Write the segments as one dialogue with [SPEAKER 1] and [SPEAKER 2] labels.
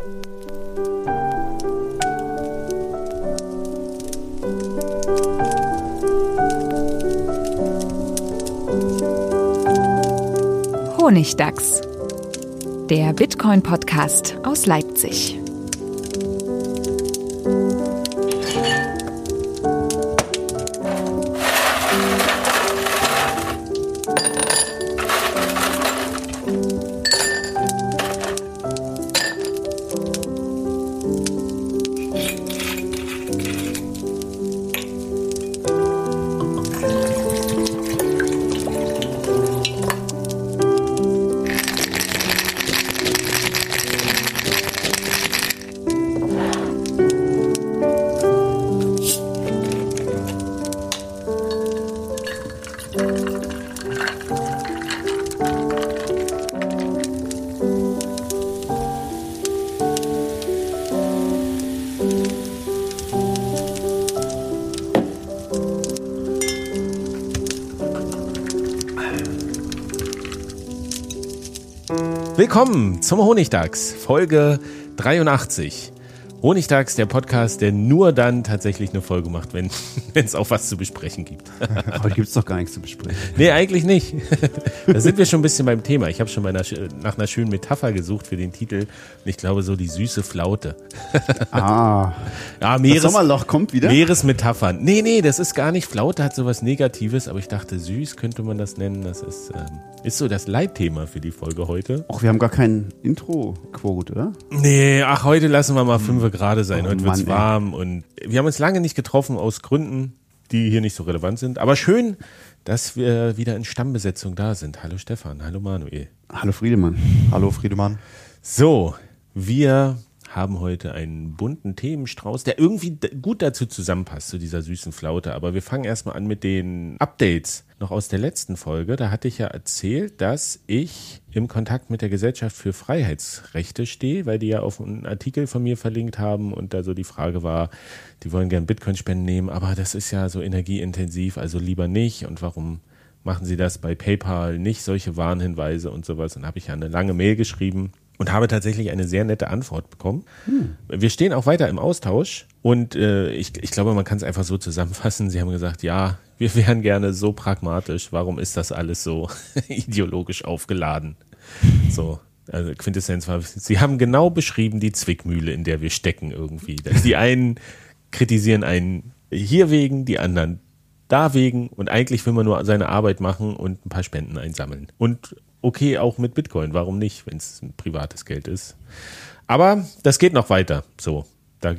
[SPEAKER 1] Honigdachs, der Bitcoin-Podcast aus Leipzig.
[SPEAKER 2] Willkommen zum Honigdachs, Folge 83. Honigdachs, der Podcast, der nur dann tatsächlich eine Folge macht, wenn es auch was zu besprechen gibt.
[SPEAKER 3] Heute gibt es doch gar nichts zu besprechen.
[SPEAKER 2] Nee, eigentlich nicht. Da sind wir schon ein bisschen beim Thema. Ich habe schon nach einer schönen Metapher gesucht für den Titel. Und ich glaube, so die süße Flaute.
[SPEAKER 3] Ah.
[SPEAKER 2] Ja,
[SPEAKER 3] das Sommerloch kommt wieder?
[SPEAKER 2] Meeresmetaphern. Nee, das ist gar nicht. Flaute hat sowas Negatives, aber ich dachte, süß könnte man das nennen. Das ist so das Leitthema für die Folge heute.
[SPEAKER 3] Ach, wir haben gar kein Intro-Quote, oder?
[SPEAKER 2] Nee, heute lassen wir mal 5 Grad sein. Heute wird's warm und wir haben uns lange nicht getroffen aus Gründen, die hier nicht so relevant sind. Aber schön, dass wir wieder in Stammbesetzung da sind. Hallo Stefan, hallo Manuel.
[SPEAKER 3] Hallo Friedemann.
[SPEAKER 4] Hallo Friedemann.
[SPEAKER 2] So, wir haben heute einen bunten Themenstrauß, der irgendwie gut dazu zusammenpasst, zu dieser süßen Flaute. Aber wir fangen erstmal an mit den Updates noch aus der letzten Folge. Da hatte ich ja erzählt, dass ich im Kontakt mit der Gesellschaft für Freiheitsrechte stehe, weil die ja auf einen Artikel von mir verlinkt haben und da so die Frage war, die wollen gern Bitcoin-Spenden nehmen, aber das ist ja so energieintensiv, also lieber nicht. Und warum machen sie das bei PayPal nicht, solche Warnhinweise und sowas? Und da habe ich ja eine lange Mail geschrieben und habe tatsächlich eine sehr nette Antwort bekommen. Wir stehen auch weiter im Austausch und ich glaube, man kann es einfach so zusammenfassen. Sie haben gesagt, ja, wir wären gerne so pragmatisch. Warum ist das alles so ideologisch aufgeladen? So, also Quintessenz war, Sie haben genau beschrieben die Zwickmühle, in der wir stecken irgendwie. Die einen kritisieren einen hier wegen, die anderen da wegen und eigentlich will man nur seine Arbeit machen und ein paar Spenden einsammeln. Und okay, auch mit Bitcoin, warum nicht, wenn es ein privates Geld ist. Aber das geht noch weiter. So, da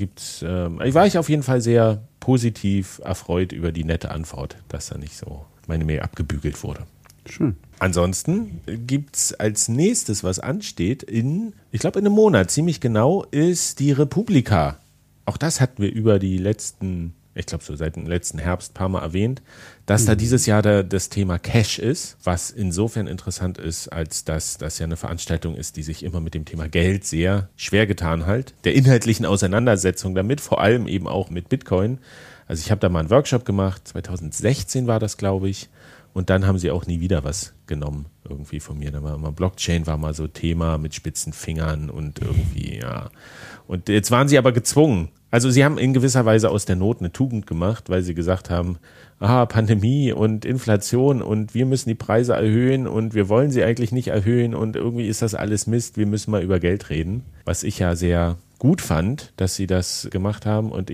[SPEAKER 2] war ich auf jeden Fall sehr positiv erfreut über die nette Antwort, dass da nicht so meine Mail abgebügelt wurde.
[SPEAKER 3] Schön.
[SPEAKER 2] Ansonsten gibt's als nächstes, was ansteht, ich glaube in einem Monat, ziemlich genau, ist die Republika. Auch das hatten wir über die letzten, ich glaube so seit dem letzten Herbst ein paar Mal erwähnt, dass da dieses Jahr das Thema Cash ist, was insofern interessant ist, als dass das ja eine Veranstaltung ist, die sich immer mit dem Thema Geld sehr schwer getan hat, der inhaltlichen Auseinandersetzung damit, vor allem eben auch mit Bitcoin. Also ich habe da mal einen Workshop gemacht, 2016 war das, glaube ich, und dann haben sie auch nie wieder was genommen irgendwie von mir. Da war mal Blockchain, war mal so Thema mit spitzen Fingern und irgendwie, ja. Und jetzt waren sie aber gezwungen. Also sie haben in gewisser Weise aus der Not eine Tugend gemacht, weil sie gesagt haben, Pandemie und Inflation und wir müssen die Preise erhöhen und wir wollen sie eigentlich nicht erhöhen und irgendwie ist das alles Mist, wir müssen mal über Geld reden. Was ich ja sehr gut fand, dass sie das gemacht haben und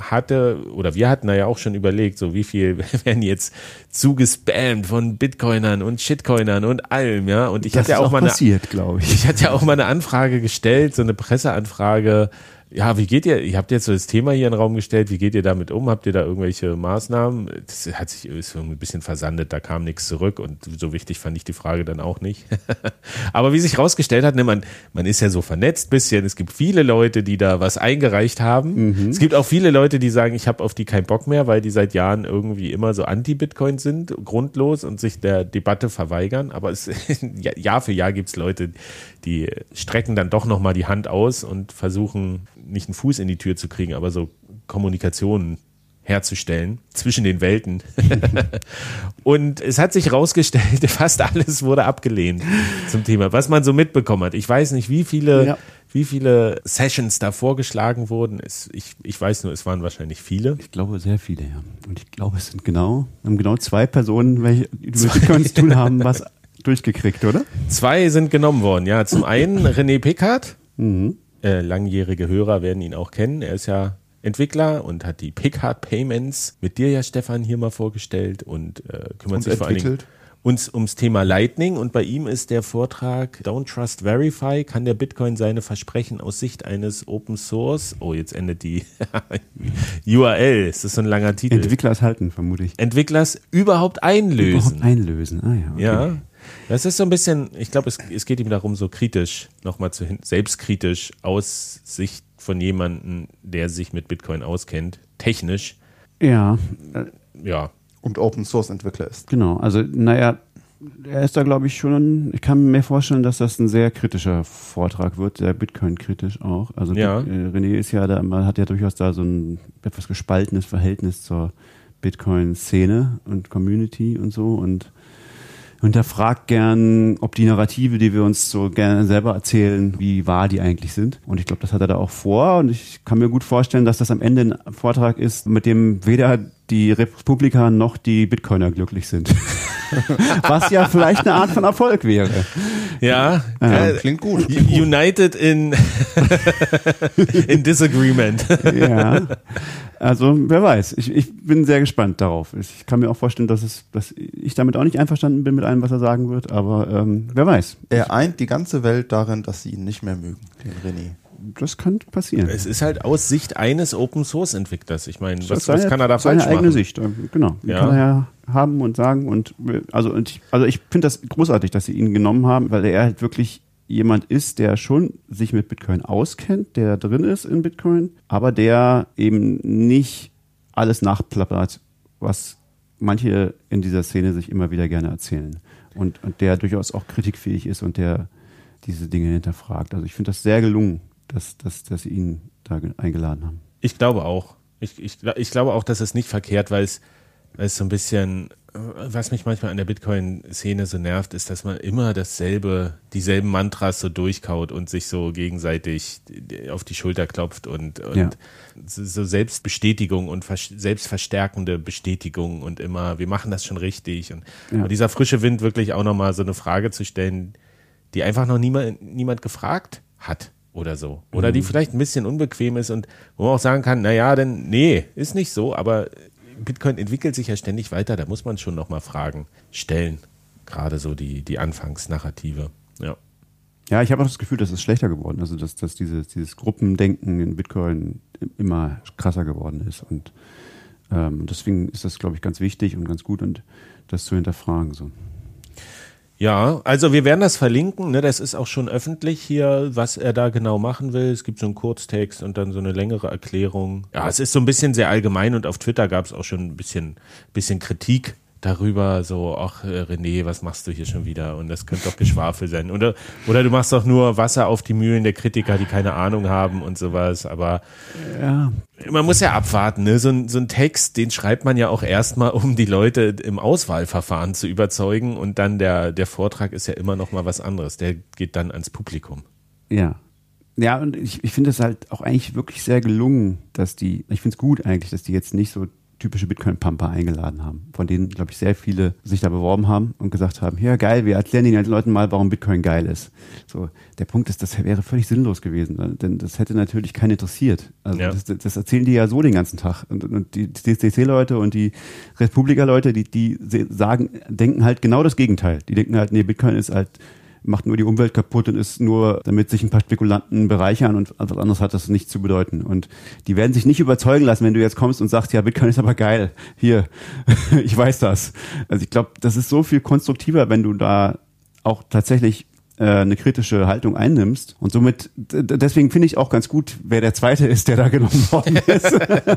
[SPEAKER 2] wir hatten da ja auch schon überlegt, so wie viel werden jetzt zugespammt von Bitcoinern und Shitcoinern und allem, ja. Und ich hatte ja auch mal
[SPEAKER 3] glaube ich.
[SPEAKER 2] Ich hatte ja auch mal eine Anfrage gestellt, so eine Presseanfrage. Ja, wie geht ihr habt jetzt so das Thema hier in den Raum gestellt, wie geht ihr damit um? Habt ihr da irgendwelche Maßnahmen? Das ist ein bisschen versandet, da kam nichts zurück und so wichtig fand ich die Frage dann auch nicht. Aber wie sich rausgestellt hat, man ist ja so vernetzt bisschen, es gibt viele Leute, die da was eingereicht haben. Es gibt auch viele Leute, die sagen, ich habe auf die keinen Bock mehr, weil die seit Jahren irgendwie immer so anti-Bitcoin sind, grundlos und sich der Debatte verweigern. Aber Jahr für Jahr gibt es Leute, die strecken dann doch nochmal die Hand aus und versuchen, nicht einen Fuß in die Tür zu kriegen, aber so Kommunikation herzustellen zwischen den Welten. Und es hat sich rausgestellt, fast alles wurde abgelehnt zum Thema, was man so mitbekommen hat. Ich weiß nicht, wie viele wie viele Sessions da vorgeschlagen wurden. Ich weiß nur, es waren wahrscheinlich viele.
[SPEAKER 3] Ich glaube, sehr viele, ja. Und ich glaube, es sind genau 2 Personen, welche mit Bitcoin zu tun haben, was durchgekriegt, oder?
[SPEAKER 2] 2 sind genommen worden, ja. Zum einen René Pickhardt. Langjährige Hörer werden ihn auch kennen. Er ist ja Entwickler und hat die Pickhardt Payments mit dir ja, Stefan, hier mal vorgestellt und kümmert sich vor allen Dingen ums Thema Lightning. Und bei ihm ist der Vortrag Don't Trust Verify, kann der Bitcoin seine Versprechen aus Sicht eines Open Source, jetzt endet die URL, ist das so ein langer Titel?
[SPEAKER 3] Entwicklers halten, vermute ich.
[SPEAKER 2] Entwicklers überhaupt einlösen.
[SPEAKER 3] Ja, okay.
[SPEAKER 2] Ja, das ist so ein bisschen, ich glaube, es geht ihm darum, so kritisch, nochmal selbstkritisch aus Sicht von jemandem, der sich mit Bitcoin auskennt, technisch.
[SPEAKER 3] Ja.
[SPEAKER 2] Ja.
[SPEAKER 4] Und Open Source Entwickler ist.
[SPEAKER 3] Genau, also er ist da, glaube ich, schon, ich kann mir vorstellen, dass das ein sehr kritischer Vortrag wird, sehr Bitcoin-kritisch auch. Also
[SPEAKER 2] ja.
[SPEAKER 3] René ist ja hat ja durchaus da so ein etwas gespaltenes Verhältnis zur Bitcoin-Szene und Community und so und hinterfragt gern, ob die Narrative, die wir uns so gerne selber erzählen, wie wahr die eigentlich sind. Und ich glaube, das hat er da auch vor. Und ich kann mir gut vorstellen, dass das am Ende ein Vortrag ist, mit dem weder die Republikaner noch die Bitcoiner glücklich sind. Was ja vielleicht eine Art von Erfolg wäre.
[SPEAKER 2] Ja,
[SPEAKER 4] klingt gut.
[SPEAKER 2] United in Disagreement.
[SPEAKER 3] Ja, also wer weiß. Ich bin sehr gespannt darauf. Ich kann mir auch vorstellen, dass ich damit auch nicht einverstanden bin mit allem, was er sagen wird, aber wer weiß.
[SPEAKER 4] Er eint die ganze Welt darin, dass sie ihn nicht mehr mögen, den René.
[SPEAKER 3] Das kann passieren.
[SPEAKER 2] Es ist halt aus Sicht eines Open-Source-Entwicklers. Ich meine, was kann er da falsch machen?
[SPEAKER 3] Seine eigene Sicht, genau. Die kann er ja haben und sagen. Und ich finde das großartig, dass sie ihn genommen haben, weil er halt wirklich jemand ist, der schon sich mit Bitcoin auskennt, der drin ist in Bitcoin, aber der eben nicht alles nachplappert, was manche in dieser Szene sich immer wieder gerne erzählen. Und der durchaus auch kritikfähig ist und der diese Dinge hinterfragt. Also ich finde das sehr gelungen, dass sie ihn da eingeladen haben.
[SPEAKER 2] Ich glaube auch. Ich glaube auch, dass es nicht verkehrt, weil es so ein bisschen, was mich manchmal an der Bitcoin-Szene so nervt, ist, dass man immer dieselben Mantras so durchkaut und sich so gegenseitig auf die Schulter klopft und so Selbstbestätigung und selbstverstärkende Bestätigung und immer, wir machen das schon richtig. Und dieser frische Wind wirklich auch nochmal so eine Frage zu stellen, die einfach noch niemand gefragt hat oder so. Oder die vielleicht ein bisschen unbequem ist und wo man auch sagen kann, ist nicht so, aber Bitcoin entwickelt sich ja ständig weiter, da muss man schon nochmal Fragen stellen. Gerade so die Anfangsnarrative. Ja.
[SPEAKER 3] Ja, ich habe auch das Gefühl, dass es schlechter geworden ist, also dass dieses Gruppendenken in Bitcoin immer krasser geworden ist und deswegen ist das, glaube ich, ganz wichtig und ganz gut und das zu hinterfragen so.
[SPEAKER 2] Ja, also wir werden das verlinken, ne? Das ist auch schon öffentlich hier, was er da genau machen will. Es gibt so einen Kurztext und dann so eine längere Erklärung. Ja, es ist so ein bisschen sehr allgemein und auf Twitter gab es auch schon ein bisschen Kritik darüber, so, ach René, was machst du hier schon wieder? Und das könnte doch Geschwafel sein. Oder du machst doch nur Wasser auf die Mühlen der Kritiker, die keine Ahnung haben und sowas. Aber man muss ja abwarten, ne? So ein Text, den schreibt man ja auch erstmal, um die Leute im Auswahlverfahren zu überzeugen. Und dann der Vortrag ist ja immer noch mal was anderes. Der geht dann ans Publikum.
[SPEAKER 3] Ja. Ja, und ich finde es halt auch eigentlich wirklich sehr gelungen, ich finde es gut eigentlich, dass die jetzt nicht so typische Bitcoin-Pumper eingeladen haben, von denen, glaube ich, sehr viele sich da beworben haben und gesagt haben, ja geil, wir erklären den Leuten mal, warum Bitcoin geil ist. So, der Punkt ist, das wäre völlig sinnlos gewesen, denn das hätte natürlich keinen interessiert. Also das erzählen die ja so den ganzen Tag. Und die CCC-Leute und die Republika-Leute, die denken halt genau das Gegenteil. Die denken halt, nee, Bitcoin ist halt macht nur die Umwelt kaputt und ist nur, damit sich ein paar Spekulanten bereichern und was anderes hat das nichts zu bedeuten. Und die werden sich nicht überzeugen lassen, wenn du jetzt kommst und sagst, ja, Bitcoin ist aber geil. Hier, ich weiß das. Also ich glaube, das ist so viel konstruktiver, wenn du da auch tatsächlich eine kritische Haltung einnimmst. Und somit, deswegen finde ich auch ganz gut, wer der Zweite ist, der da genommen worden ist.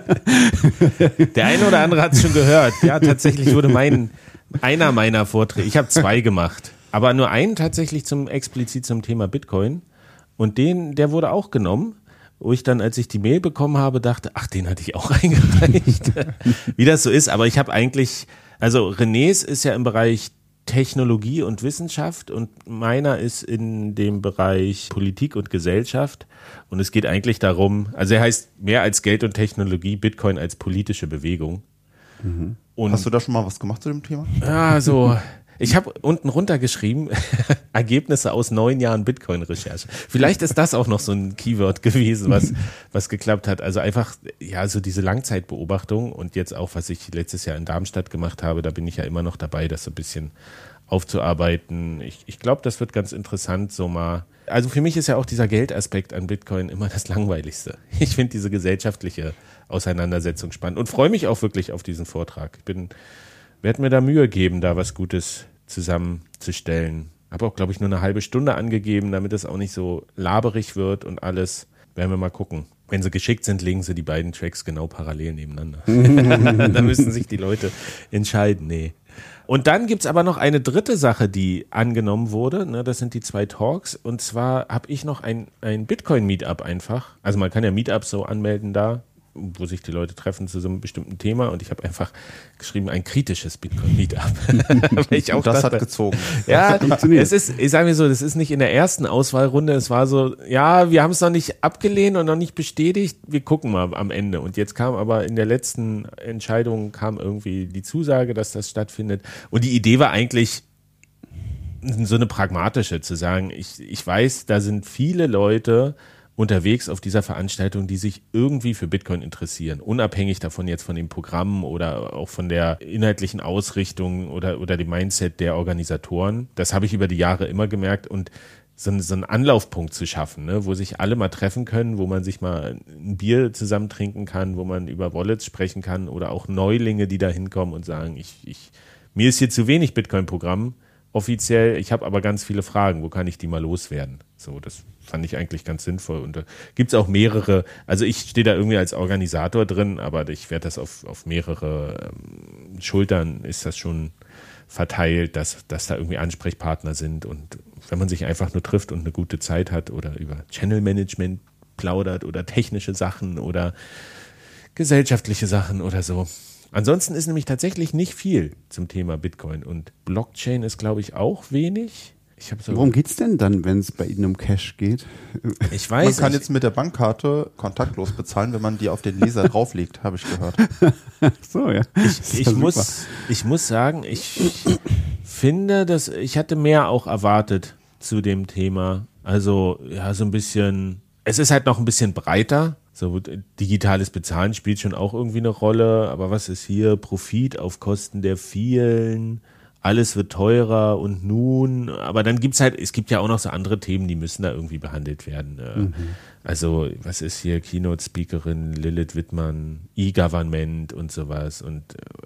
[SPEAKER 2] Der eine oder andere hat es schon gehört. Ja, tatsächlich wurde einer meiner Vorträge, ich habe 2 gemacht, aber nur einen tatsächlich explizit zum Thema Bitcoin. Und der wurde auch genommen, wo ich dann, als ich die Mail bekommen habe, dachte, ach, den hatte ich auch eingereicht. Wie das so ist. Aber ich habe eigentlich, also Renés ist ja im Bereich Technologie und Wissenschaft und meiner ist in dem Bereich Politik und Gesellschaft. Und es geht eigentlich darum, also er heißt mehr als Geld und Technologie, Bitcoin als politische Bewegung. Und
[SPEAKER 4] Hast du da schon mal was gemacht zu dem Thema?
[SPEAKER 2] ja, so. Ich habe unten runtergeschrieben, Ergebnisse aus 9 Jahren Bitcoin-Recherche. Vielleicht ist das auch noch so ein Keyword gewesen, was geklappt hat. Also einfach, ja, so diese Langzeitbeobachtung und jetzt auch, was ich letztes Jahr in Darmstadt gemacht habe, da bin ich ja immer noch dabei, das so ein bisschen aufzuarbeiten. Ich glaube, das wird ganz interessant, so mal. Also für mich ist ja auch dieser Geldaspekt an Bitcoin immer das Langweiligste. Ich finde diese gesellschaftliche Auseinandersetzung spannend und freue mich auch wirklich auf diesen Vortrag. Werde mir da Mühe geben, da was Gutes zusammenzustellen. Habe auch, glaube ich, nur eine halbe Stunde angegeben, damit es auch nicht so laberig wird und alles. Werden wir mal gucken. Wenn sie geschickt sind, legen sie die beiden Tracks genau parallel nebeneinander. Da müssen sich die Leute entscheiden. Nee. Und dann gibt's aber noch eine dritte Sache, die angenommen wurde. Das sind die 2 Talks. Und zwar habe ich noch ein Bitcoin-Meetup einfach. Also man kann ja Meetups so anmelden da, wo sich die Leute treffen zu so einem bestimmten Thema. Und ich habe einfach geschrieben, ein kritisches Bitcoin-Meetup.
[SPEAKER 4] Das hat gezogen.
[SPEAKER 2] Ja, es ist, ich sage mir so, das ist nicht in der ersten Auswahlrunde. Es war so, ja, wir haben es noch nicht abgelehnt und noch nicht bestätigt. Wir gucken mal am Ende. Und jetzt kam aber in der letzten Entscheidung kam irgendwie die Zusage, dass das stattfindet. Und die Idee war eigentlich so eine pragmatische, zu sagen, ich weiß, da sind viele Leute unterwegs auf dieser Veranstaltung, die sich irgendwie für Bitcoin interessieren, unabhängig davon jetzt von den Programmen oder auch von der inhaltlichen Ausrichtung oder dem Mindset der Organisatoren. Das habe ich über die Jahre immer gemerkt und so einen Anlaufpunkt zu schaffen, ne, wo sich alle mal treffen können, wo man sich mal ein Bier zusammen trinken kann, wo man über Wallets sprechen kann oder auch Neulinge, die da hinkommen und sagen, mir ist hier zu wenig Bitcoin-Programm offiziell, ich habe aber ganz viele Fragen, wo kann ich die mal loswerden? So, das fand ich eigentlich ganz sinnvoll. Und da gibt es auch mehrere, also ich stehe da irgendwie als Organisator drin, aber ich werde das auf mehrere Schultern ist das schon verteilt, dass da irgendwie Ansprechpartner sind. Und wenn man sich einfach nur trifft und eine gute Zeit hat oder über Channel Management plaudert oder technische Sachen oder gesellschaftliche Sachen oder so. Ansonsten ist nämlich tatsächlich nicht viel zum Thema Bitcoin und Blockchain ist, glaube ich, auch wenig.
[SPEAKER 3] Worum geht's denn dann, wenn es bei Ihnen um Cash geht?
[SPEAKER 2] Ich weiß.
[SPEAKER 4] Man kann jetzt mit der Bankkarte kontaktlos bezahlen, wenn man die auf den Laser drauflegt, habe ich gehört.
[SPEAKER 3] So, ja.
[SPEAKER 2] Ich muss sagen, ich finde, dass ich hatte mehr auch erwartet zu dem Thema. Also, ja, so ein bisschen, es ist halt noch ein bisschen breiter. So, digitales Bezahlen spielt schon auch irgendwie eine Rolle, aber was ist hier? Profit auf Kosten der vielen, alles wird teurer und nun, aber dann es gibt ja auch noch so andere Themen, die müssen da irgendwie behandelt werden. Also, was ist hier? Keynote-Speakerin Lilith Wittmann, E-Government und sowas und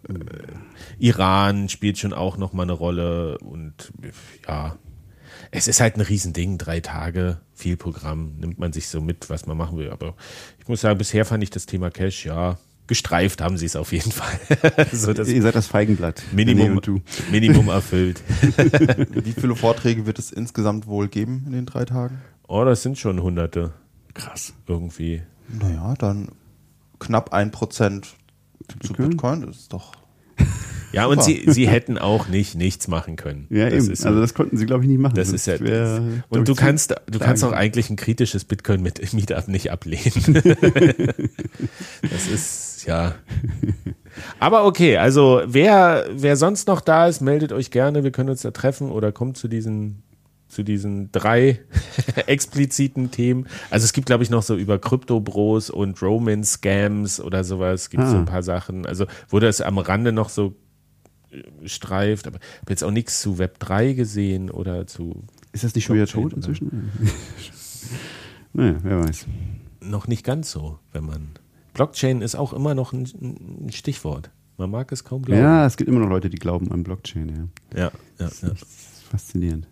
[SPEAKER 2] Iran spielt schon auch nochmal eine Rolle und ja, es ist halt ein Riesending, 3 Tage, viel Programm, nimmt man sich so mit, was man machen will. Aber ich muss sagen, bisher fand ich das Thema Cash, ja, gestreift haben sie es auf jeden Fall. So
[SPEAKER 3] Ihr seid das Feigenblatt.
[SPEAKER 2] Minimum erfüllt.
[SPEAKER 4] Wie viele Vorträge wird es insgesamt wohl geben in den 3 Tagen?
[SPEAKER 2] Oh, das sind schon Hunderte.
[SPEAKER 3] Krass.
[SPEAKER 2] Irgendwie.
[SPEAKER 4] Naja, dann knapp 1% zu Bitcoin, das ist doch...
[SPEAKER 2] Ja, und sie hätten auch nichts machen können.
[SPEAKER 3] Ja,
[SPEAKER 2] das
[SPEAKER 3] eben.
[SPEAKER 2] Ist so,
[SPEAKER 3] also das konnten sie, glaube ich, nicht machen.
[SPEAKER 2] Das ist ja. Und du kannst auch eigentlich ein kritisches Bitcoin mit Meetup nicht ablehnen. Das ist, ja. Aber okay, also wer sonst noch da ist, meldet euch gerne. Wir können uns da treffen oder kommt zu diesen 3 expliziten Themen. Also es gibt, glaube ich, noch so über Krypto-Bros und Romance-Scams oder sowas. Es gibt so ein paar Sachen. Also wurde es am Rande noch so streift, aber ich habe jetzt auch nichts zu Web 3 gesehen oder zu...
[SPEAKER 3] Ist das nicht schon wieder tot inzwischen? Naja, wer weiß.
[SPEAKER 2] Noch nicht ganz so, wenn man... Blockchain ist auch immer noch ein Stichwort. Man mag es kaum glauben.
[SPEAKER 3] Ja, es gibt immer noch Leute, die glauben an Blockchain,
[SPEAKER 2] Ja.
[SPEAKER 3] Das ist faszinierend.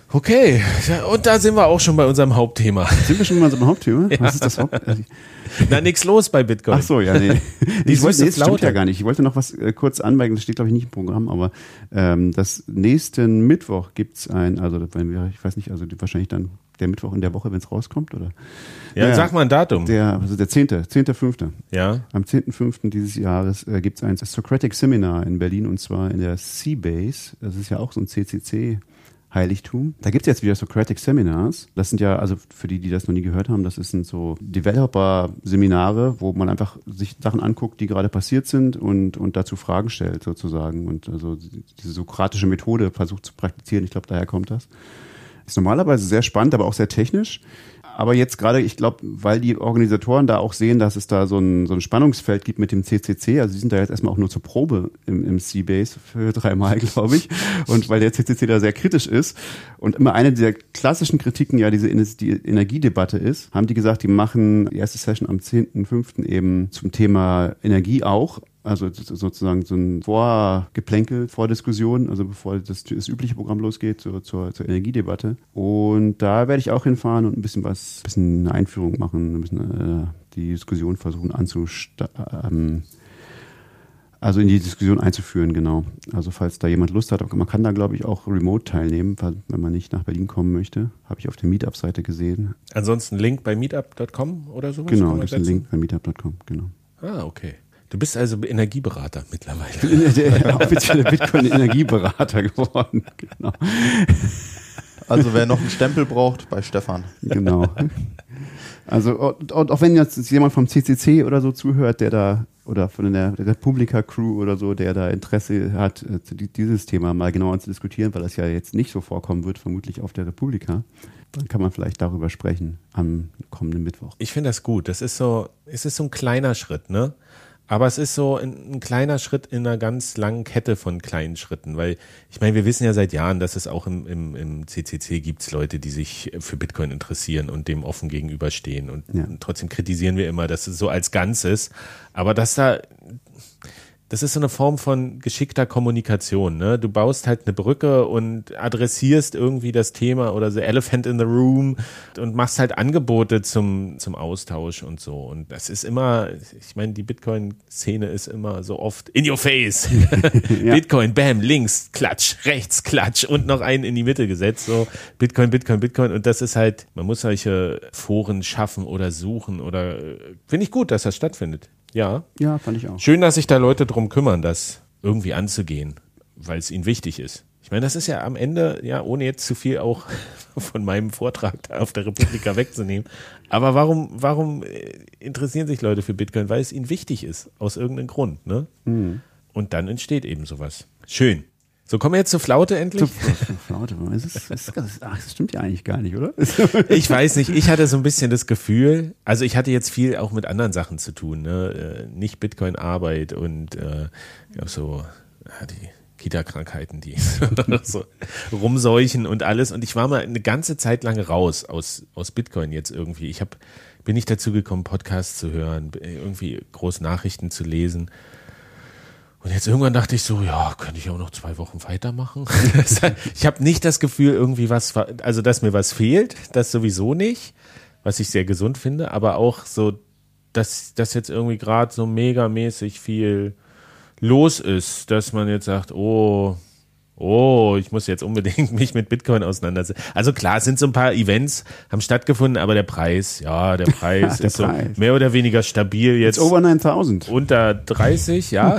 [SPEAKER 2] Okay, und da sind wir auch schon bei unserem Hauptthema.
[SPEAKER 3] Sind wir schon mal so beim Hauptthema?
[SPEAKER 2] Ja.
[SPEAKER 3] Was ist das
[SPEAKER 2] Na, nix los bei Bitcoin.
[SPEAKER 3] Ach so, ja, nee.
[SPEAKER 2] Die
[SPEAKER 3] Das
[SPEAKER 2] süße
[SPEAKER 3] stimmt
[SPEAKER 2] Flaute.
[SPEAKER 3] ja gar nicht. Ich wollte noch was kurz anmerken, das steht glaube ich nicht im Programm, aber das nächsten Mittwoch gibt's ich weiß nicht, also wahrscheinlich dann der Mittwoch in der Woche, wenn es rauskommt, oder?
[SPEAKER 2] Ja, sag mal ein Datum.
[SPEAKER 3] Der 10.5.
[SPEAKER 2] Ja.
[SPEAKER 3] Am 10.5. dieses Jahres gibt's ein Socratic Seminar in Berlin, und zwar in der Seabase. Das ist ja auch so ein CCC-Heiligtum. Da gibt's jetzt wieder Socratic Seminars. Das sind ja, also für die das noch nie gehört haben, das sind so Developer-Seminare, wo man einfach sich Sachen anguckt, die gerade passiert sind und dazu Fragen stellt sozusagen und also diese sokratische Methode versucht zu praktizieren. Ich glaube, daher kommt das. Ist normalerweise sehr spannend, aber auch sehr technisch. Aber jetzt gerade, ich glaube, weil die Organisatoren da auch sehen, dass es da so ein Spannungsfeld gibt mit dem CCC, also die sind da jetzt erstmal auch nur zur Probe im Seabase für 3 Mal, glaube ich. Und weil der CCC da sehr kritisch ist und immer eine dieser klassischen Kritiken ja die Energiedebatte ist, haben die gesagt, die machen die erste Session am 10.5. eben zum Thema Energie auch. Also sozusagen so ein Vorgeplänkel, Vordiskussion, also bevor das übliche Programm losgeht zur Energiedebatte. Und da werde ich auch hinfahren und ein bisschen eine Einführung machen, ein bisschen die Diskussion versuchen also in die Diskussion einzuführen, genau. Also falls da jemand Lust hat, man kann da glaube ich auch remote teilnehmen, wenn man nicht nach Berlin kommen möchte. Habe ich auf der Meetup-Seite gesehen.
[SPEAKER 2] Ansonsten Link bei meetup.com oder sowas?
[SPEAKER 3] Genau, das ist ein Link bei meetup.com, genau.
[SPEAKER 2] Ah, okay. Du bist also Energieberater mittlerweile.
[SPEAKER 3] Der offizielle Bitcoin-Energieberater geworden, genau.
[SPEAKER 4] Also wer noch einen Stempel braucht, bei Stefan.
[SPEAKER 3] Genau. Also und auch wenn jetzt jemand vom CCC oder so zuhört, der da, oder von der Republika-Crew oder so, der da Interesse hat, dieses Thema mal genauer zu diskutieren, weil das ja jetzt nicht so vorkommen wird, vermutlich auf der Republika, dann kann man vielleicht darüber sprechen am kommenden Mittwoch.
[SPEAKER 2] Ich finde das gut. Es ist so ein kleiner Schritt, ne? Aber es ist so ein kleiner Schritt in einer ganz langen Kette von kleinen Schritten, weil ich meine, wir wissen ja seit Jahren, dass es auch im CCC gibt's Leute, die sich für Bitcoin interessieren und dem offen gegenüberstehen und trotzdem kritisieren wir immer, dass es so als Ganzes, aber das ist so eine Form von geschickter Kommunikation, ne? Du baust halt eine Brücke und adressierst irgendwie das Thema oder the elephant in the room und machst halt Angebote zum Austausch und so. Und das ist immer, ich meine, die Bitcoin-Szene ist immer so oft in your face. Ja. Bitcoin, bam, links, klatsch, rechts, klatsch und noch einen in die Mitte gesetzt. So Bitcoin, Bitcoin, Bitcoin. Und das ist halt, man muss solche Foren schaffen oder suchen oder finde ich gut, dass das stattfindet. Ja.
[SPEAKER 3] Ja, fand ich auch.
[SPEAKER 2] Schön, dass sich da Leute drum kümmern, das irgendwie anzugehen, weil es ihnen wichtig ist. Ich meine, das ist ja am Ende, ja, ohne jetzt zu viel auch von meinem Vortrag da auf der Republika wegzunehmen. Aber warum interessieren sich Leute für Bitcoin? Weil es ihnen wichtig ist, aus irgendeinem Grund, ne? Mhm. Und dann entsteht eben sowas. Schön. So, kommen wir jetzt zur Flaute endlich?
[SPEAKER 3] Zur Flaute. Das stimmt ja eigentlich gar nicht, oder?
[SPEAKER 2] Ich weiß nicht, ich hatte so ein bisschen das Gefühl, also ich hatte jetzt viel auch mit anderen Sachen zu tun, ne? Nicht Bitcoin-Arbeit und so die Kita-Krankheiten, die so rumseuchen und alles. Und ich war mal eine ganze Zeit lang raus aus Bitcoin jetzt irgendwie. Bin nicht dazu gekommen, Podcasts zu hören, irgendwie groß Nachrichten zu lesen. Und jetzt irgendwann dachte ich so, ja, könnte ich auch noch 2 Wochen weitermachen. Ich habe nicht das Gefühl, irgendwie dass mir was fehlt, das sowieso nicht, was ich sehr gesund finde, aber auch so, dass jetzt irgendwie gerade so megamäßig viel los ist, dass man jetzt sagt, ich muss jetzt unbedingt mich mit Bitcoin auseinandersetzen. Also klar, es sind so ein paar Events, haben stattgefunden, aber der Preis ist so mehr oder weniger stabil jetzt.
[SPEAKER 3] It's over 9.000.
[SPEAKER 2] Unter 30, ja.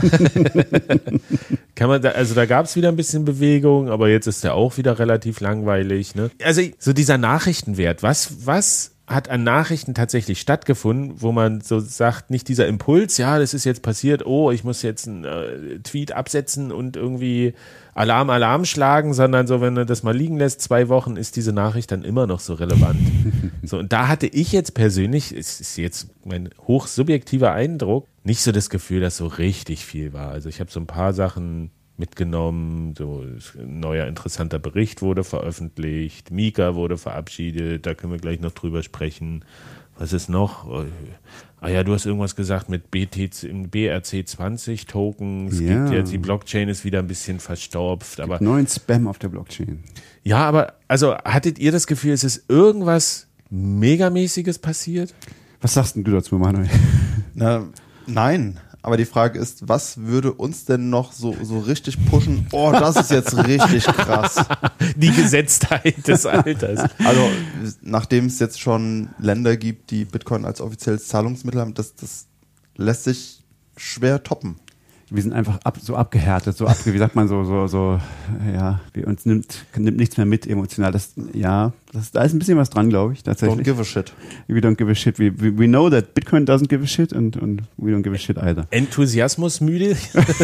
[SPEAKER 2] Da gab es wieder ein bisschen Bewegung, aber jetzt ist der auch wieder relativ langweilig, ne? Also so dieser Nachrichtenwert, was hat an Nachrichten tatsächlich stattgefunden, wo man so sagt, nicht dieser Impuls, ja, das ist jetzt passiert, ich muss jetzt einen Tweet absetzen und irgendwie Alarm schlagen, sondern so, wenn du das mal liegen lässt, 2 Wochen ist diese Nachricht dann immer noch so relevant. So, und da hatte ich jetzt persönlich, es ist jetzt mein hochsubjektiver Eindruck, nicht so das Gefühl, dass so richtig viel war. Also ich habe so ein paar Sachen mitgenommen, so ein neuer interessanter Bericht wurde veröffentlicht, Mika wurde verabschiedet, da können wir gleich noch drüber sprechen, Was ist noch? Du hast irgendwas gesagt mit BRC20 Tokens.
[SPEAKER 3] Ja.
[SPEAKER 2] Gibt jetzt, die Blockchain ist wieder ein bisschen verstopft. Aber
[SPEAKER 3] neuen Spam auf der Blockchain.
[SPEAKER 2] ja, aber also hattet ihr das Gefühl, es ist irgendwas Megamäßiges passiert?
[SPEAKER 3] Was sagst denn du dazu, Manuel?
[SPEAKER 4] Na, nein. Aber die Frage ist, was würde uns denn noch so richtig pushen? Oh, das ist jetzt richtig krass.
[SPEAKER 2] Die Gesetztheit des Alters.
[SPEAKER 4] Also, nachdem es jetzt schon Länder gibt, die Bitcoin als offizielles Zahlungsmittel haben, das lässt sich schwer toppen.
[SPEAKER 3] Wir sind einfach so abgehärtet, wie sagt man uns nimmt nichts mehr mit emotional. Da ist ein bisschen was dran, glaube ich, tatsächlich.
[SPEAKER 4] Don't give a shit.
[SPEAKER 3] We don't give a shit. We know that Bitcoin doesn't give a shit and we don't give a shit either.
[SPEAKER 2] Enthusiasmus müde?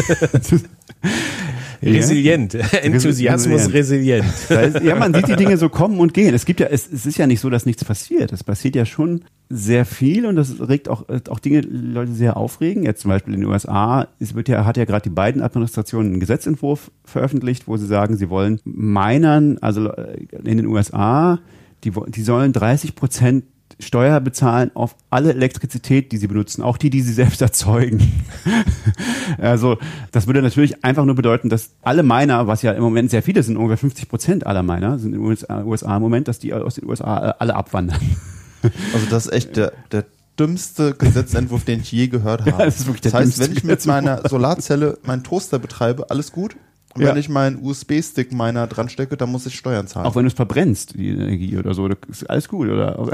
[SPEAKER 2] Resilient. Enthusiasmus resilient.
[SPEAKER 3] Ja, man sieht die Dinge so kommen und gehen. Es ist ja nicht so, dass nichts passiert. Es passiert ja schon sehr viel und das regt auch Dinge, die Leute sehr aufregen. Jetzt zum Beispiel in den USA, hat ja gerade die Biden-Administration einen Gesetzentwurf veröffentlicht, wo sie sagen, sie wollen Minern, also in den USA, die sollen 30% Steuer bezahlen auf alle Elektrizität, die sie benutzen, auch die sie selbst erzeugen. Also das würde natürlich einfach nur bedeuten, dass alle Miner, was ja im Moment sehr viele sind, ungefähr 50% aller Miner sind in den USA im Moment, dass die aus den USA alle abwandern.
[SPEAKER 4] Also das ist echt der dümmste Gesetzentwurf, den ich je gehört habe.
[SPEAKER 3] Ja, das ist wirklich der
[SPEAKER 4] heißt, wenn
[SPEAKER 3] dümmste
[SPEAKER 4] ich mit meiner Solarzelle meinen Toaster betreibe, alles gut. Und wenn ich meinen USB-Stick meiner dran stecke, dann muss ich Steuern zahlen.
[SPEAKER 3] Auch wenn du es verbrennst, die Energie oder so, das ist alles gut, oder?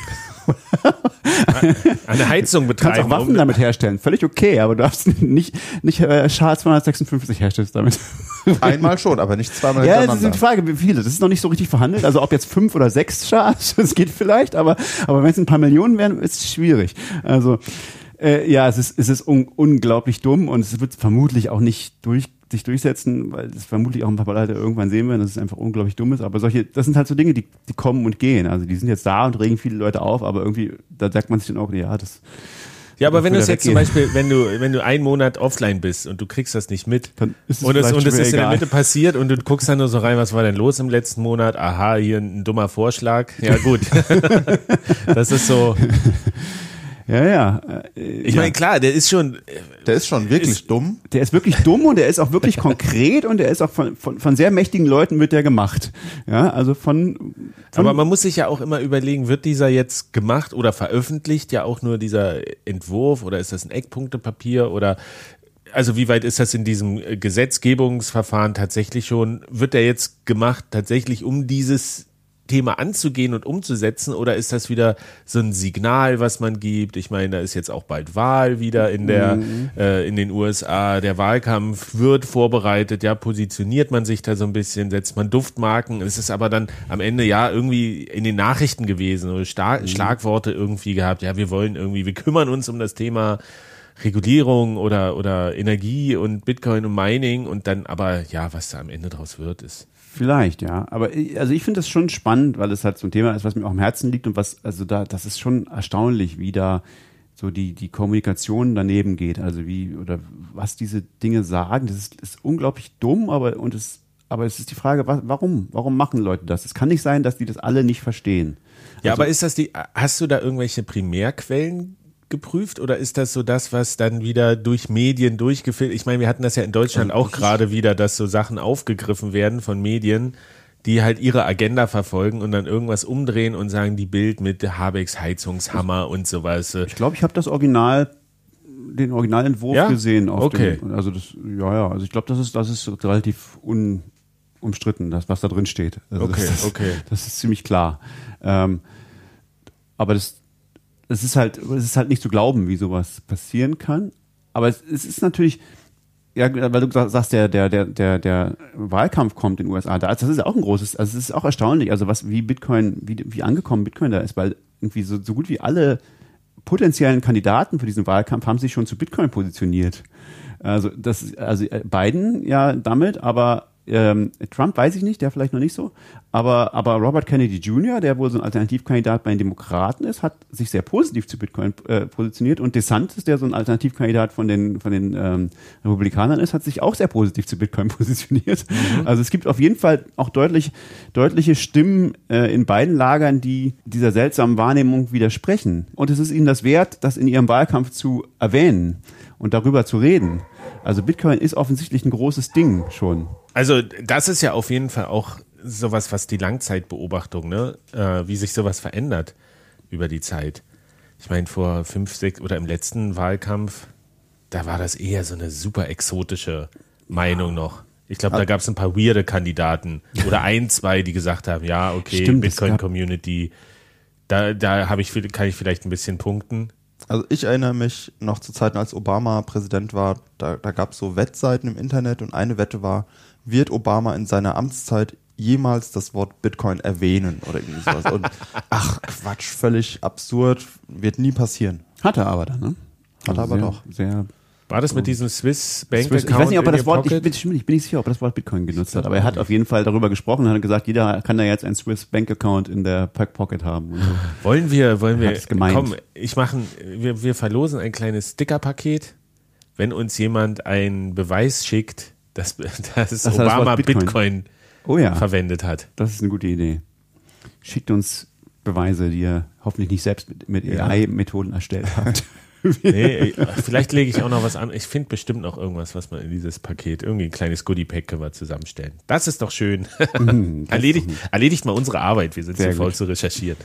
[SPEAKER 2] Eine Heizung betreiben.
[SPEAKER 3] Du kannst auch Waffen damit herstellen, völlig okay, aber du darfst nicht SHA 256 herstellst damit.
[SPEAKER 4] Einmal schon, aber nicht zweimal
[SPEAKER 3] Ja,
[SPEAKER 4] hintereinander.
[SPEAKER 3] das ist die Frage, wie viele. Das ist noch nicht so richtig verhandelt. Also ob jetzt 5 oder 6 SHA, das geht vielleicht, aber wenn es ein paar Millionen wären, ist es schwierig. Also es ist unglaublich dumm und es wird vermutlich auch nicht sich durchsetzen, weil es vermutlich auch ein paar Leute irgendwann sehen werden, dass es einfach unglaublich dumm ist. Aber das sind halt so Dinge, die kommen und gehen. Also die sind jetzt da und regen viele Leute auf, aber irgendwie, da sagt man sich dann auch,
[SPEAKER 2] Ja, aber wenn du es jetzt zum Beispiel, wenn du einen Monat offline bist und du kriegst das nicht mit
[SPEAKER 3] dann ist
[SPEAKER 2] und es ist in der
[SPEAKER 3] egal.
[SPEAKER 2] Mitte passiert und du guckst dann nur so rein, was war denn los im letzten Monat? Aha, hier ein dummer Vorschlag. Ja gut, das ist so.
[SPEAKER 3] Ja.
[SPEAKER 2] Ich meine, klar, der ist schon
[SPEAKER 4] wirklich dumm.
[SPEAKER 3] Der ist wirklich dumm und der ist auch wirklich konkret und der ist auch von sehr mächtigen Leuten wird der gemacht. Ja, also
[SPEAKER 2] aber man muss sich ja auch immer überlegen, wird dieser jetzt gemacht oder veröffentlicht, ja auch nur dieser Entwurf oder ist das ein Eckpunktepapier oder also wie weit ist das in diesem Gesetzgebungsverfahren tatsächlich schon, wird der jetzt gemacht tatsächlich um dieses Thema anzugehen und umzusetzen oder ist das wieder so ein Signal, was man gibt? Ich meine, da ist jetzt auch bald Wahl wieder in den USA. Der Wahlkampf wird vorbereitet, ja, positioniert man sich da so ein bisschen, setzt man Duftmarken. Es ist aber dann am Ende ja irgendwie in den Nachrichten gewesen oder Schlagworte irgendwie gehabt. Ja, wir kümmern uns um das Thema Regulierung oder Energie und Bitcoin und Mining und dann aber, ja, was da am Ende draus wird, ist
[SPEAKER 3] vielleicht, ja. Aber also ich finde das schon spannend, weil es halt so ein Thema ist, was mir auch am Herzen liegt und das ist schon erstaunlich, wie da so die Kommunikation daneben geht. Also was diese Dinge sagen, das ist unglaublich dumm, aber es ist die Frage, warum machen Leute das? Es kann nicht sein, dass die das alle nicht verstehen.
[SPEAKER 2] Ja, aber hast du da irgendwelche Primärquellen geprüft oder ist das so das, was dann wieder durch Medien durchgefiltert? Ich meine, wir hatten das ja in Deutschland auch gerade wieder, dass so Sachen aufgegriffen werden von Medien, die halt ihre Agenda verfolgen und dann irgendwas umdrehen und sagen, die Bild mit Habecks Heizungshammer und sowas.
[SPEAKER 3] Ich glaube, ich habe den Originalentwurf gesehen.
[SPEAKER 2] Okay.
[SPEAKER 3] Also ich glaube, das ist relativ unumstritten, was da drin steht. Also
[SPEAKER 2] okay.
[SPEAKER 3] Das ist ziemlich klar. Aber es ist halt nicht zu glauben, wie sowas passieren kann. Aber es ist natürlich, ja, weil du sagst, der Wahlkampf kommt in den USA. Das ist ja auch ein großes, also es ist auch erstaunlich, also wie angekommen Bitcoin da ist, weil irgendwie so gut wie alle potenziellen Kandidaten für diesen Wahlkampf haben sich schon zu Bitcoin positioniert. Also Biden ja damit, aber Trump weiß ich nicht, der vielleicht noch nicht so, aber Robert Kennedy Jr., der wohl so ein Alternativkandidat bei den Demokraten ist, hat sich sehr positiv zu Bitcoin positioniert, und DeSantis, der so ein Alternativkandidat von den Republikanern ist, hat sich auch sehr positiv zu Bitcoin positioniert. Also es gibt auf jeden Fall auch deutliche Stimmen in beiden Lagern, die dieser seltsamen Wahrnehmung widersprechen. Und es ist ihnen das wert, das in ihrem Wahlkampf zu erwähnen und darüber zu reden. Also Bitcoin ist offensichtlich ein großes Ding schon.
[SPEAKER 2] Also das ist ja auf jeden Fall auch sowas, was die Langzeitbeobachtung, ne, wie sich sowas verändert über die Zeit. Ich meine, vor 5, 6 oder im letzten Wahlkampf, da war das eher so eine super exotische Meinung noch. Ich glaube, da gab es ein paar weirde Kandidaten oder 1, 2, die gesagt haben, ja, okay,
[SPEAKER 3] Stimmt,
[SPEAKER 2] Bitcoin-Community, da kann ich vielleicht ein bisschen punkten.
[SPEAKER 4] Also ich erinnere mich noch zu Zeiten, als Obama Präsident war, da gab es so Wettseiten im Internet, und eine Wette war, wird Obama in seiner Amtszeit jemals das Wort Bitcoin erwähnen oder irgendwie sowas. Und ach, Quatsch, völlig absurd, wird nie passieren.
[SPEAKER 3] Hat er aber dann, ne?
[SPEAKER 4] Hat er aber doch.
[SPEAKER 3] Sehr.
[SPEAKER 2] War das mit diesem Swiss Bank Account?
[SPEAKER 3] Ich weiß nicht, ob er das Wort,
[SPEAKER 2] Pocket?
[SPEAKER 3] ich bin nicht sicher, ob er das Wort Bitcoin genutzt hat, aber er hat auf jeden Fall darüber gesprochen und hat gesagt, jeder kann da jetzt einen Swiss Bank Account in der Pocket haben. Und so.
[SPEAKER 2] Wollen wir,
[SPEAKER 3] es gemeint.
[SPEAKER 2] komm, wir verlosen ein kleines Stickerpaket, wenn uns jemand einen Beweis schickt, dass Obama Bitcoin verwendet hat.
[SPEAKER 3] Das ist eine gute Idee. Schickt uns Beweise, die ihr hoffentlich nicht selbst mit AI-Methoden erstellt habt.
[SPEAKER 2] Nee, vielleicht lege ich auch noch was an. Ich finde bestimmt noch irgendwas, was man in dieses Paket, irgendwie ein kleines Goodie-Pack können wir zusammenstellen. Das ist doch schön. Erledigt mal unsere Arbeit. Wir sind zu faul zu recherchieren.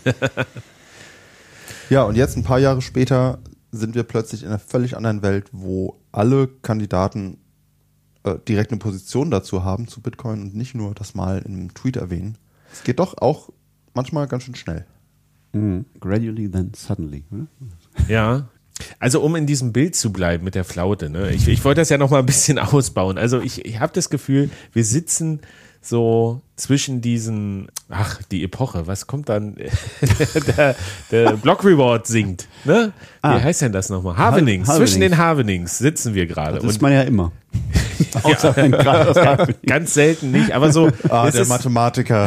[SPEAKER 4] Ja, und jetzt ein paar Jahre später sind wir plötzlich in einer völlig anderen Welt, wo alle Kandidaten direkt eine Position dazu haben zu Bitcoin und nicht nur das mal in einem Tweet erwähnen. Es geht doch auch manchmal ganz schön schnell.
[SPEAKER 3] Gradually, then suddenly. Oder?
[SPEAKER 2] Ja. Also um in diesem Bild zu bleiben mit der Flaute, ne? Ich wollte das ja noch mal ein bisschen ausbauen. Also ich habe das Gefühl, wir sitzen so zwischen diesen, die Epoche, was kommt dann? der Block Reward singt, ne? Wie heißt denn das nochmal? Harvenings. Zwischen den Harvenings sitzen wir gerade.
[SPEAKER 3] Das ist man ja immer.
[SPEAKER 2] Ganz selten nicht, aber so.
[SPEAKER 4] Der Mathematiker.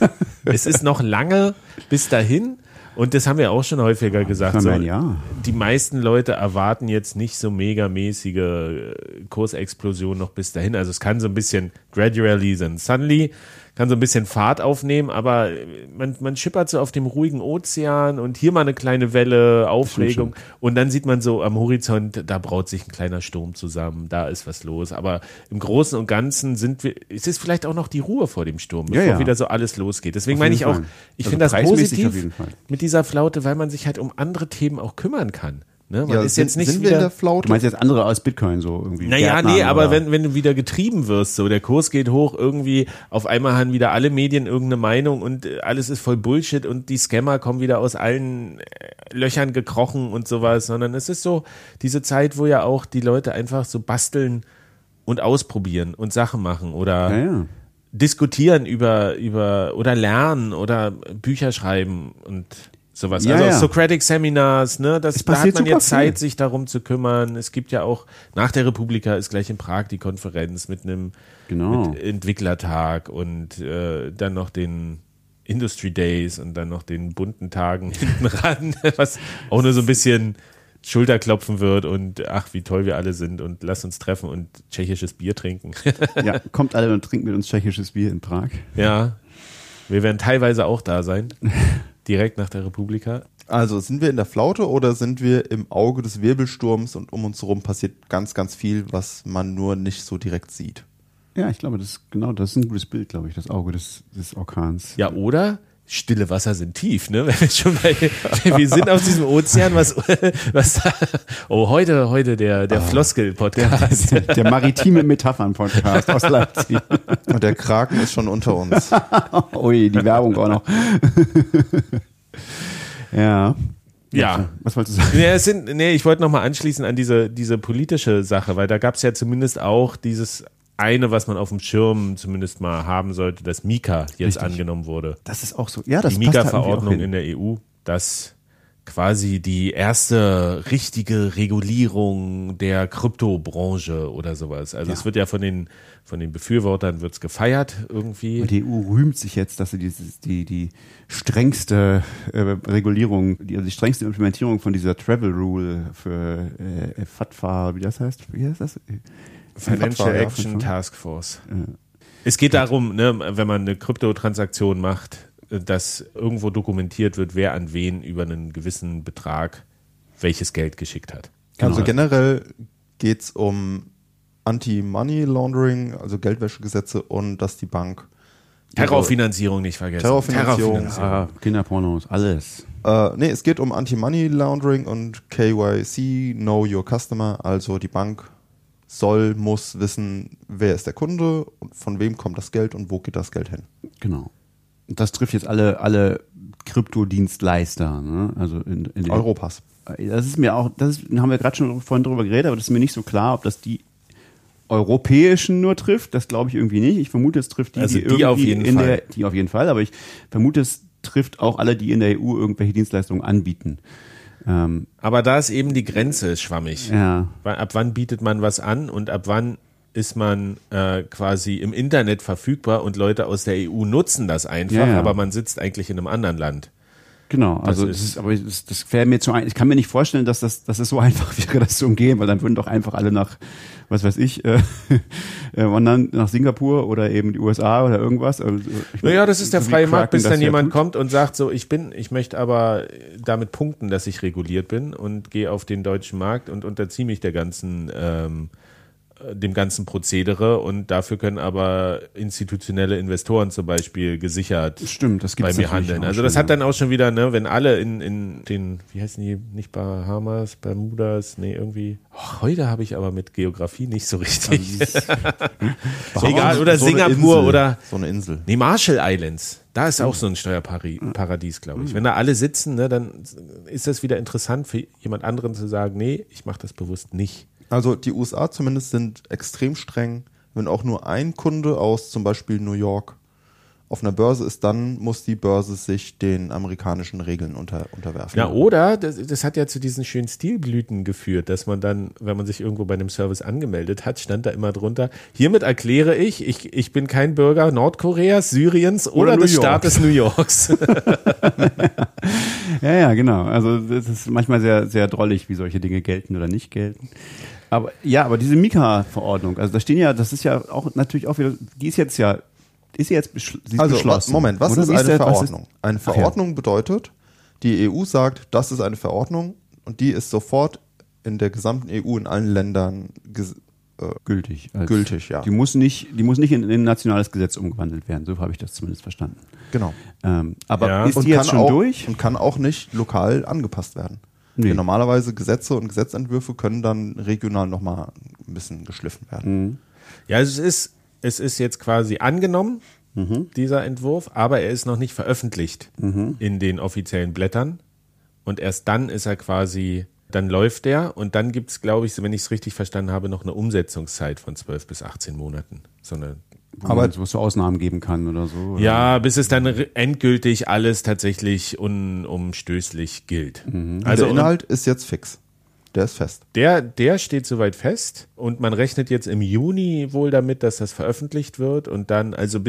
[SPEAKER 2] Es ist noch lange bis dahin. Und das haben wir auch schon häufiger gesagt. So, die meisten Leute erwarten jetzt nicht so megamäßige Kursexplosion noch bis dahin. Also es kann so ein bisschen gradually, then suddenly, kann so ein bisschen Fahrt aufnehmen, aber man schippert so auf dem ruhigen Ozean und hier mal eine kleine Welle, Aufregung, und dann sieht man so am Horizont, da braut sich ein kleiner Sturm zusammen, da ist was los. Aber im Großen und Ganzen es ist vielleicht auch noch die Ruhe vor dem Sturm, bevor wieder so alles losgeht. Deswegen meine ich auch, ich finde das positiv mit dieser Flaute, weil man sich halt um andere Themen auch kümmern kann. Ne? Man ist jetzt nicht
[SPEAKER 4] sind wir in der Flaute?
[SPEAKER 3] Du meinst jetzt andere als Bitcoin so irgendwie?
[SPEAKER 2] Naja, nee, aber wenn du wieder getrieben wirst, so der Kurs geht hoch, irgendwie auf einmal haben wieder alle Medien irgendeine Meinung und alles ist voll Bullshit und die Scammer kommen wieder aus allen Löchern gekrochen und sowas, sondern es ist so diese Zeit, wo ja auch die Leute einfach so basteln und ausprobieren und Sachen machen oder diskutieren über oder lernen oder Bücher schreiben und sowas. Socratic Seminars, ne? Da hat man jetzt Zeit, sich darum zu kümmern. Es gibt ja auch, nach der Republika ist gleich in Prag die Konferenz mit einem mit Entwicklertag und dann noch den Industry Days und dann noch den bunten Tagen hinten ran, was auch nur so ein bisschen Schulterklopfen wird und ach, wie toll wir alle sind und lass uns treffen und tschechisches Bier trinken.
[SPEAKER 3] Ja, kommt alle und trinkt mit uns tschechisches Bier in Prag.
[SPEAKER 2] Ja, wir werden teilweise auch da sein. Direkt nach der Republika.
[SPEAKER 4] Also sind wir in der Flaute oder sind wir im Auge des Wirbelsturms und um uns herum passiert ganz, ganz viel, was man nur nicht so direkt sieht?
[SPEAKER 3] Ja, ich glaube, das ist ein gutes Bild, glaube ich, das Auge des Orkans.
[SPEAKER 2] Ja, oder? Stille Wasser sind tief, ne? Wenn wir schon wir sind auf diesem Ozean, was da, heute der Floskel-Podcast.
[SPEAKER 3] Der maritime Metaphern-Podcast aus Leipzig.
[SPEAKER 4] Und der Kraken ist schon unter uns.
[SPEAKER 3] Ui, die Werbung auch noch. Ja.
[SPEAKER 2] Ja.
[SPEAKER 3] Was wolltest du sagen?
[SPEAKER 2] Ich wollte nochmal anschließen an diese politische Sache, weil da gab es ja zumindest auch dieses eine, was man auf dem Schirm zumindest mal haben sollte, dass Mika jetzt angenommen wurde.
[SPEAKER 3] Das ist auch so. Ja, das
[SPEAKER 2] die Mika-Verordnung in der EU, das quasi die erste richtige Regulierung der Kryptobranche oder sowas. Also es wird ja von den Befürwortern wird's gefeiert irgendwie.
[SPEAKER 3] Und die EU rühmt sich jetzt, dass sie die strengste Regulierung, die strengste Implementierung von dieser Travel Rule für FATFA, wie das heißt? Wie heißt das?
[SPEAKER 2] Financial Action Task Force. Es geht darum, ne, wenn man eine Kryptotransaktion macht, dass irgendwo dokumentiert wird, wer an wen über einen gewissen Betrag welches Geld geschickt hat.
[SPEAKER 4] Genau. Also generell geht es um Anti-Money Laundering, also Geldwäschegesetze und dass die Bank
[SPEAKER 2] Terrorfinanzierung nicht vergessen.
[SPEAKER 4] Terrorfinanzierung.
[SPEAKER 3] Kinderpornos, alles.
[SPEAKER 4] Es geht um Anti-Money Laundering und KYC, Know Your Customer, also die Bank muss wissen, wer ist der Kunde und von wem kommt das Geld und wo geht das Geld hin.
[SPEAKER 3] Genau. Und das trifft jetzt alle Kryptodienstleister, ne? Also in
[SPEAKER 4] Europass.
[SPEAKER 3] Das ist mir auch, haben wir gerade schon vorhin drüber geredet, aber das ist mir nicht so klar, ob das die europäischen nur trifft. Das glaube ich irgendwie nicht. Ich vermute, es trifft
[SPEAKER 2] die auf jeden Fall.
[SPEAKER 3] Die auf jeden Fall, aber ich vermute, es trifft auch alle, die in der EU irgendwelche Dienstleistungen anbieten.
[SPEAKER 2] Aber da ist eben die Grenze schwammig.
[SPEAKER 3] Ja.
[SPEAKER 2] Ab wann bietet man was an und ab wann ist man quasi im Internet verfügbar und Leute aus der EU nutzen das einfach, aber man sitzt eigentlich in einem anderen Land.
[SPEAKER 3] Genau, also das wäre mir zu ich kann mir nicht vorstellen, dass es so einfach wäre, das zu umgehen, weil dann würden doch einfach alle nach, was weiß ich, wandern nach Singapur oder eben die USA oder irgendwas. Also,
[SPEAKER 2] das ist der freie Markt, bis dann jemand kommt und sagt so, ich möchte aber damit punkten, dass ich reguliert bin und gehe auf den deutschen Markt und unterziehe mich dem ganzen Prozedere und dafür können aber institutionelle Investoren zum Beispiel gesichert bei mir handeln. Also das hat dann auch schon wieder, ne, wenn alle in den, wie heißen die, nicht Bahamas, Bermudas, nee, irgendwie, heute habe ich aber mit Geografie nicht so richtig. Egal, oder so Singapur oder
[SPEAKER 4] so eine Insel.
[SPEAKER 2] Nee, Marshall Islands. Da ist auch so ein Steuerparadies, glaube ich. Wenn da alle sitzen, ne, dann ist das wieder interessant für jemand anderen zu sagen, nee, ich mache das bewusst nicht.
[SPEAKER 4] Also die USA zumindest sind extrem streng. Wenn auch nur ein Kunde aus zum Beispiel New York auf einer Börse ist, dann muss die Börse sich den amerikanischen Regeln unterwerfen.
[SPEAKER 2] Ja, oder das hat ja zu diesen schönen Stilblüten geführt, dass man dann, wenn man sich irgendwo bei einem Service angemeldet hat, stand da immer drunter, hiermit erkläre ich bin kein Bürger Nordkoreas, Syriens oder des Staates New Yorks.
[SPEAKER 3] Ja, genau. Also das ist manchmal sehr, sehr drollig, wie solche Dinge gelten oder nicht gelten. Aber diese Mika-Verordnung, also da stehen ja, das ist ja auch natürlich auch wieder, die ist jetzt beschlossen.
[SPEAKER 4] Moment, was ist eine Verordnung? Eine Verordnung bedeutet, die EU sagt, das ist eine Verordnung und die ist sofort in der gesamten EU in allen Ländern
[SPEAKER 3] gültig.
[SPEAKER 4] Gültig, ja.
[SPEAKER 3] Die muss nicht in ein nationales Gesetz umgewandelt werden, so habe ich das zumindest verstanden.
[SPEAKER 4] Genau.
[SPEAKER 3] Aber ist die jetzt schon durch?
[SPEAKER 4] Und kann auch nicht lokal angepasst werden.
[SPEAKER 3] Nee.
[SPEAKER 4] Normalerweise Gesetze und Gesetzentwürfe können dann regional nochmal ein bisschen geschliffen werden.
[SPEAKER 3] Mhm.
[SPEAKER 2] Ja, also es ist jetzt quasi angenommen, dieser Entwurf, aber er ist noch nicht veröffentlicht in den offiziellen Blättern. Und erst dann ist er quasi, dann läuft der und dann gibt es, glaube ich, wenn ich es richtig verstanden habe, noch eine Umsetzungszeit von 12 bis 18 Monaten.
[SPEAKER 3] Aber wo es so Ausnahmen geben kann oder so. Oder?
[SPEAKER 2] Ja, bis es dann endgültig alles tatsächlich unumstößlich gilt.
[SPEAKER 4] Also der Inhalt ist jetzt fix. Der ist fest.
[SPEAKER 2] Der steht soweit fest und man rechnet jetzt im Juni wohl damit, dass das veröffentlicht wird und dann also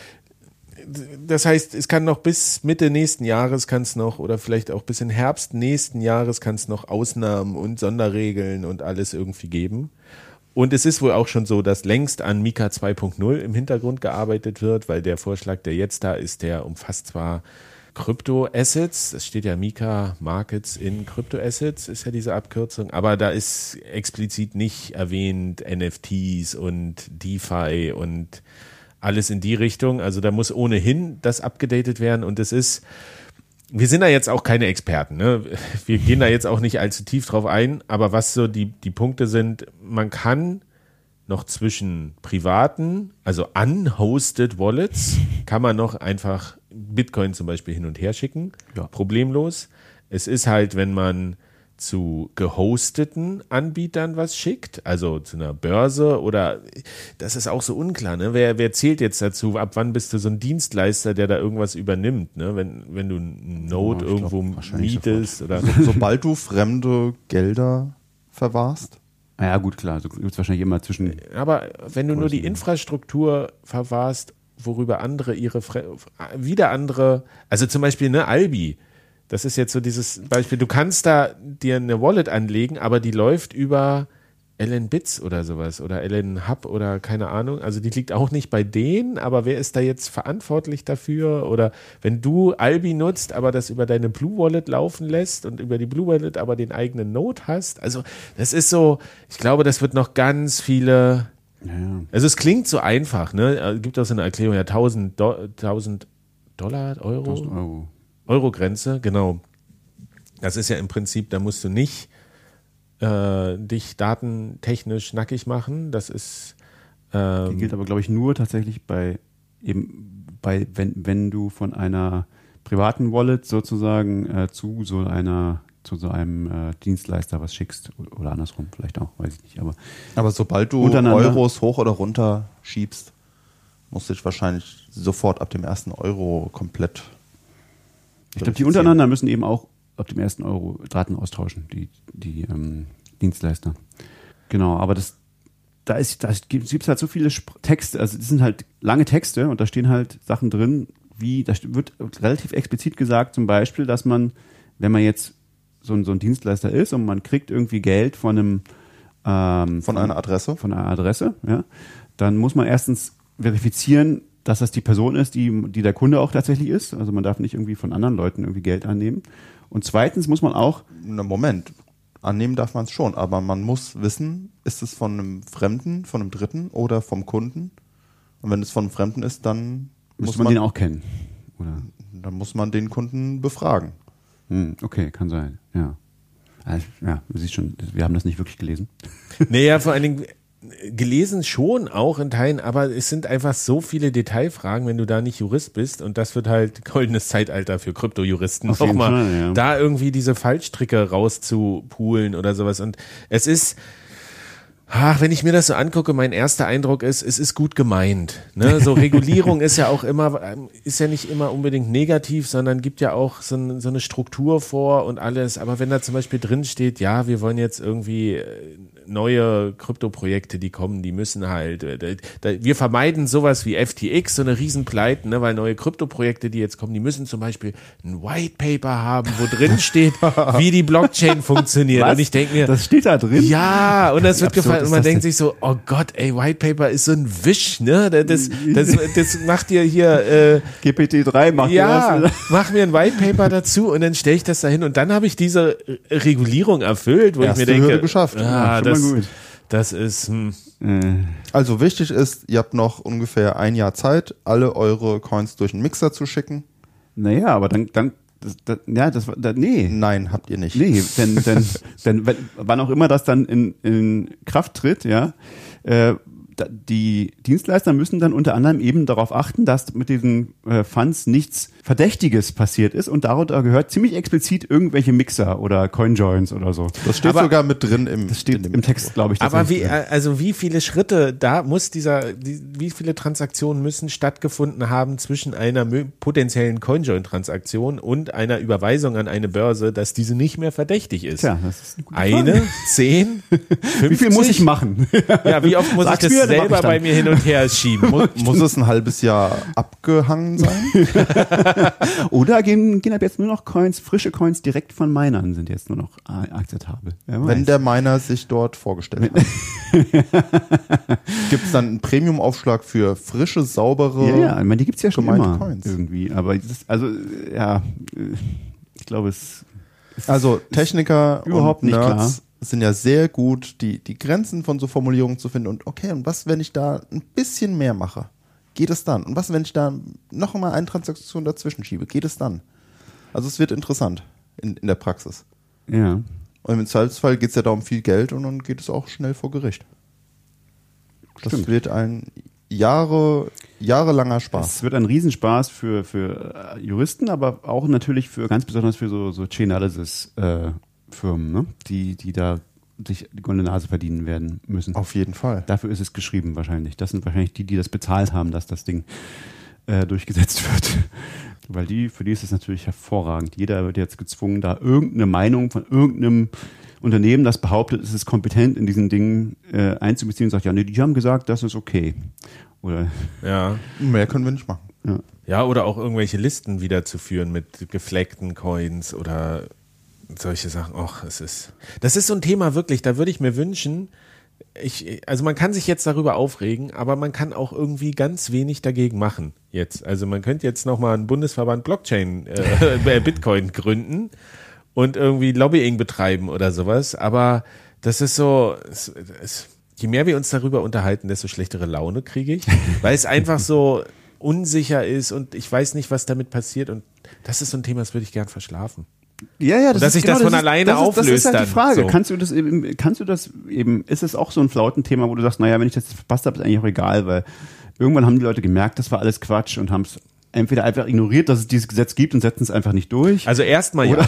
[SPEAKER 2] das heißt, es kann noch bis Mitte nächsten Jahres oder vielleicht auch bis in Herbst nächsten Jahres kann es noch Ausnahmen und Sonderregeln und alles irgendwie geben. Und es ist wohl auch schon so, dass längst an Mika 2.0 im Hintergrund gearbeitet wird, weil der Vorschlag, der jetzt da ist, der umfasst zwar Kryptoassets, das steht ja Mika Markets in Kryptoassets, ist ja diese Abkürzung, aber da ist explizit nicht erwähnt NFTs und DeFi und alles in die Richtung. Also da muss ohnehin das abgedatet werden und wir sind da jetzt auch keine Experten, ne? Wir gehen da jetzt auch nicht allzu tief drauf ein, aber was so die Punkte sind, man kann noch zwischen privaten, also unhosted Wallets, kann man noch einfach Bitcoin zum Beispiel hin und her schicken, problemlos. Es ist halt, wenn man zu gehosteten Anbietern was schickt, also zu einer Börse oder das ist auch so unklar, ne? Wer zählt jetzt dazu? Ab wann bist du so ein Dienstleister, der da irgendwas übernimmt, ne? Wenn du einen Node irgendwo mietest oder
[SPEAKER 4] Sobald du fremde Gelder verwahrst.
[SPEAKER 3] Ja, gut, klar. So gibt es wahrscheinlich immer zwischen.
[SPEAKER 2] Aber wenn du nur die Infrastruktur verwahrst, worüber andere wieder andere, also zum Beispiel ne Albi, das ist jetzt so dieses Beispiel, du kannst da dir eine Wallet anlegen, aber die läuft über LN-Bits oder sowas oder LN-Hub oder keine Ahnung, also die liegt auch nicht bei denen, aber wer ist da jetzt verantwortlich dafür? Oder wenn du Albi nutzt, aber das über deine Blue Wallet laufen lässt und über die Blue Wallet aber den eigenen Node hast, also das ist so, ich glaube, das wird noch ganz viele, also es klingt so einfach, ne? Es gibt auch so eine Erklärung, ja 1000 Dollar, Euro-Grenze, genau. Das ist ja im Prinzip, da musst du nicht dich datentechnisch nackig machen. Das ist
[SPEAKER 3] Die gilt aber, glaube ich, nur tatsächlich wenn du von einer privaten Wallet sozusagen zu so einem Dienstleister was schickst oder andersrum vielleicht auch, weiß ich nicht.
[SPEAKER 4] Aber sobald du Euros hoch oder runter schiebst, musst du dich wahrscheinlich sofort ab dem ersten Euro komplett.
[SPEAKER 3] Ich glaube, die untereinander müssen eben auch ab dem ersten Euro Daten austauschen, die Dienstleister. Genau, aber da gibt es halt so viele Texte, also das sind halt lange Texte und da stehen halt Sachen drin, da wird relativ explizit gesagt, zum Beispiel, dass man, wenn man jetzt so ein Dienstleister ist und man kriegt irgendwie Geld von einer Adresse, ja, dann muss man erstens verifizieren, dass das die Person ist, die der Kunde auch tatsächlich ist. Also man darf nicht irgendwie von anderen Leuten irgendwie Geld annehmen. Und zweitens muss man auch...
[SPEAKER 4] Moment, annehmen darf man es schon, aber man muss wissen, ist es von einem Fremden, von einem Dritten oder vom Kunden? Und wenn es von einem Fremden ist, dann
[SPEAKER 3] muss man den auch kennen. Oder?
[SPEAKER 4] Dann muss man den Kunden befragen.
[SPEAKER 3] Okay, kann sein, ja. Also, ja, du siehst schon, wir haben das nicht wirklich gelesen.
[SPEAKER 2] Naja, vor allen Dingen gelesen schon auch in Teilen, aber es sind einfach so viele Detailfragen, wenn du da nicht Jurist bist und das wird halt goldenes Zeitalter für Kryptojuristen, nochmal da irgendwie diese Fallstricke rauszupulen oder sowas und es ist, wenn ich mir das so angucke, mein erster Eindruck ist, es ist gut gemeint. Ne? So Regulierung ist ja nicht immer unbedingt negativ, sondern gibt ja auch so eine Struktur vor und alles. Aber wenn da zum Beispiel drin steht, ja, wir wollen jetzt irgendwie neue Kryptoprojekte, die kommen, die müssen halt, wir vermeiden sowas wie FTX, so eine Riesenpleiten, ne? Weil neue Kryptoprojekte, die jetzt kommen, die müssen zum Beispiel ein White Paper haben, wo drin steht, wie die Blockchain funktioniert.
[SPEAKER 3] Was?
[SPEAKER 2] Und ich denke mir,
[SPEAKER 3] das steht da drin?
[SPEAKER 2] Ja, und das wird gefallen. Und man denkt sich so, oh Gott, ey, White Paper ist so ein Wisch, ne? Das macht dir hier
[SPEAKER 3] GPT-3 macht
[SPEAKER 2] ja,
[SPEAKER 3] dir das.
[SPEAKER 2] mach mir ein White Paper dazu und dann stelle ich das dahin und dann habe ich diese Regulierung erfüllt, wo
[SPEAKER 4] Erste
[SPEAKER 2] ich mir denke,
[SPEAKER 4] Hürde geschafft.
[SPEAKER 2] Das ist
[SPEAKER 4] Also wichtig ist, ihr habt noch ungefähr ein Jahr Zeit, alle eure Coins durch einen Mixer zu schicken.
[SPEAKER 3] Naja, aber dann nee.
[SPEAKER 4] Nein, habt ihr nicht.
[SPEAKER 3] Nee, denn wann auch immer das dann in Kraft tritt, ja, die Dienstleister müssen dann unter anderem eben darauf achten, dass mit diesen Funds nichts Verdächtiges passiert ist und darunter gehört ziemlich explizit irgendwelche Mixer oder Coinjoins oder so.
[SPEAKER 4] Das steht sogar mit drin im
[SPEAKER 3] Text, glaube ich.
[SPEAKER 2] Aber wie viele Schritte da muss wie viele Transaktionen müssen stattgefunden haben zwischen einer potenziellen Coinjoin-Transaktion und einer Überweisung an eine Börse, dass diese nicht mehr verdächtig ist?
[SPEAKER 3] Tja, das ist eine gute Frage.
[SPEAKER 2] 10, 50?
[SPEAKER 3] Wie viel muss ich machen?
[SPEAKER 2] Ja, wie oft muss ich das selber bei mir hin und her schieben?
[SPEAKER 4] Muss es ein halbes Jahr abgehangen sein?
[SPEAKER 3] Oder gehen ab jetzt nur noch frische Coins direkt von Minern sind jetzt nur noch akzeptabel.
[SPEAKER 4] Wenn der Miner sich dort vorgestellt hat. Gibt es dann einen Premium-Aufschlag für frische, saubere
[SPEAKER 3] Ja, ich meine, die gibt es ja schon immer
[SPEAKER 4] Coins.
[SPEAKER 3] irgendwie. Aber ich glaube,
[SPEAKER 4] also Techniker
[SPEAKER 3] überhaupt
[SPEAKER 4] und
[SPEAKER 3] nicht
[SPEAKER 4] Nerds
[SPEAKER 3] klar.
[SPEAKER 4] sind ja sehr gut, die Grenzen von so Formulierungen zu finden und und was, wenn ich da ein bisschen mehr mache? Geht es dann? Und was, wenn ich da noch mal eine Transaktion dazwischen schiebe? Geht es dann? Also es wird interessant in der Praxis.
[SPEAKER 3] Ja.
[SPEAKER 4] Und im Zweifelsfall geht es ja da um viel Geld und dann geht es auch schnell vor Gericht. Das wird ein jahrelanger Spaß.
[SPEAKER 3] Es wird ein Riesenspaß für Juristen, aber auch natürlich ganz besonders für so Chain-Analysis Firmen, ne? die da sich die goldene Nase verdienen werden müssen.
[SPEAKER 4] Auf jeden Fall.
[SPEAKER 3] Dafür ist es geschrieben wahrscheinlich. Das sind wahrscheinlich die das bezahlt haben, dass das Ding durchgesetzt wird. Weil für die ist es natürlich hervorragend. Jeder wird jetzt gezwungen, da irgendeine Meinung von irgendeinem Unternehmen, das behauptet, es ist kompetent in diesen Dingen einzubeziehen und sagt, ja, nee, die haben gesagt, das ist okay. Oder
[SPEAKER 2] Ja.
[SPEAKER 4] Mehr können wir nicht machen.
[SPEAKER 2] Ja, oder auch irgendwelche Listen wiederzuführen mit gefleckten Coins oder solche Sachen. Och, das ist so ein Thema wirklich, da würde ich mir wünschen, also man kann sich jetzt darüber aufregen, aber man kann auch irgendwie ganz wenig dagegen machen jetzt. Also man könnte jetzt nochmal einen Bundesverband Blockchain, Bitcoin gründen und irgendwie Lobbying betreiben oder sowas, aber das ist so, je mehr wir uns darüber unterhalten, desto schlechtere Laune kriege ich, weil es einfach so unsicher ist und ich weiß nicht, was damit passiert und das ist so ein Thema, das würde ich gern verschlafen.
[SPEAKER 3] Ja,
[SPEAKER 2] und dass sich das von alleine auflöst.
[SPEAKER 3] Das ist halt die Frage.
[SPEAKER 2] So.
[SPEAKER 3] Kannst du das eben, ist es auch so ein Flautenthema, wo du sagst, naja, wenn ich das verpasst habe, ist eigentlich auch egal, weil irgendwann haben die Leute gemerkt, das war alles Quatsch und haben es entweder einfach ignoriert, dass es dieses Gesetz gibt und setzen es einfach nicht durch.
[SPEAKER 2] Also erstmal ja.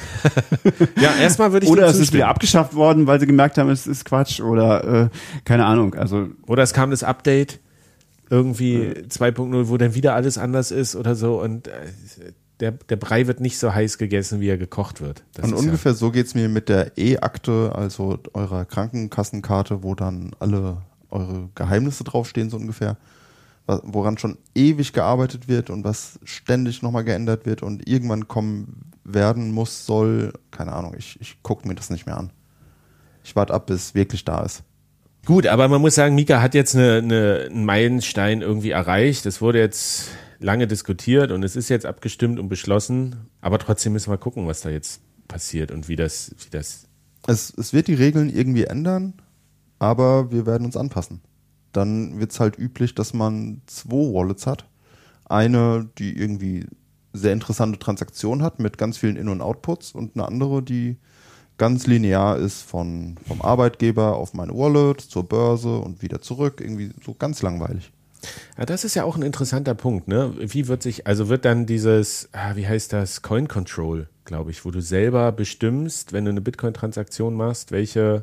[SPEAKER 2] Ja, erstmal würde ich
[SPEAKER 3] oder
[SPEAKER 2] dem
[SPEAKER 3] es ist wieder abgeschafft worden, weil sie gemerkt haben, es ist Quatsch oder keine Ahnung. Also
[SPEAKER 2] oder es kam das Update irgendwie 2.0, wo dann wieder alles anders ist oder so und der Brei wird nicht so heiß gegessen, wie er gekocht wird. Das
[SPEAKER 4] und
[SPEAKER 2] ist
[SPEAKER 4] ungefähr so geht's mir mit der E-Akte, also eurer Krankenkassenkarte, wo dann alle eure Geheimnisse draufstehen, so ungefähr. Woran schon ewig gearbeitet wird und was ständig nochmal geändert wird und irgendwann kommen werden muss, soll, keine Ahnung, ich gucke mir das nicht mehr an. Ich warte ab, bis es wirklich da ist.
[SPEAKER 2] Gut, aber man muss sagen, Mika hat jetzt einen Meilenstein irgendwie erreicht. Es wurde jetzt lange diskutiert und es ist jetzt abgestimmt und beschlossen. Aber trotzdem müssen wir gucken, was da jetzt passiert und wie das.
[SPEAKER 4] Es wird die Regeln irgendwie ändern, aber wir werden uns anpassen. Dann wird es halt üblich, dass man 2 Wallets hat. Eine, die irgendwie sehr interessante Transaktionen hat mit ganz vielen In- und Outputs und eine andere, die ganz linear ist vom Arbeitgeber auf meine Wallet zur Börse und wieder zurück. Irgendwie so ganz langweilig.
[SPEAKER 2] Ja, das ist ja auch ein interessanter Punkt, ne? Wird dann dieses, wie heißt das, Coin Control, glaube ich, wo du selber bestimmst, wenn du eine Bitcoin-Transaktion machst, welche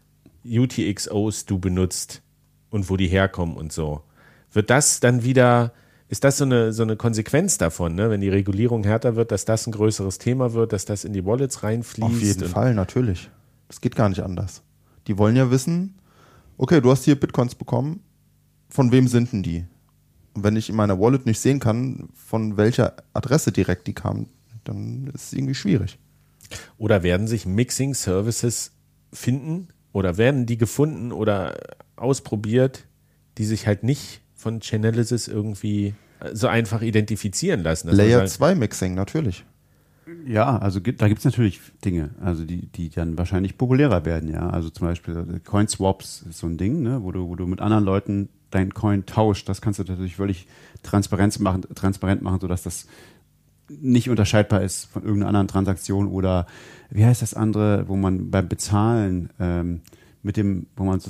[SPEAKER 2] UTXOs du benutzt und wo die herkommen und so. Wird das dann wieder, ist das so eine Konsequenz davon, ne? Wenn die Regulierung härter wird, dass das ein größeres Thema wird, dass das in die Wallets reinfließt?
[SPEAKER 4] Auf jeden Fall, natürlich. Das geht gar nicht anders. Die wollen ja wissen, okay, du hast hier Bitcoins bekommen, von wem sind denn die? Und wenn ich in meiner Wallet nicht sehen kann, von welcher Adresse direkt die kamen, dann ist es irgendwie schwierig.
[SPEAKER 2] Oder werden sich Mixing Services finden oder werden die gefunden oder ausprobiert, die sich halt nicht von Chainalysis irgendwie so einfach identifizieren lassen?
[SPEAKER 4] Layer 2 Mixing, natürlich.
[SPEAKER 3] ja, also da gibt es natürlich Dinge, also die dann wahrscheinlich populärer werden, ja. Also zum Beispiel Coin-Swaps ist so ein Ding, ne, wo du mit anderen Leuten dein Coin tauscht. Das kannst du natürlich völlig transparent machen, sodass das nicht unterscheidbar ist von irgendeiner anderen Transaktion oder wie heißt das andere, wo man beim Bezahlen mit dem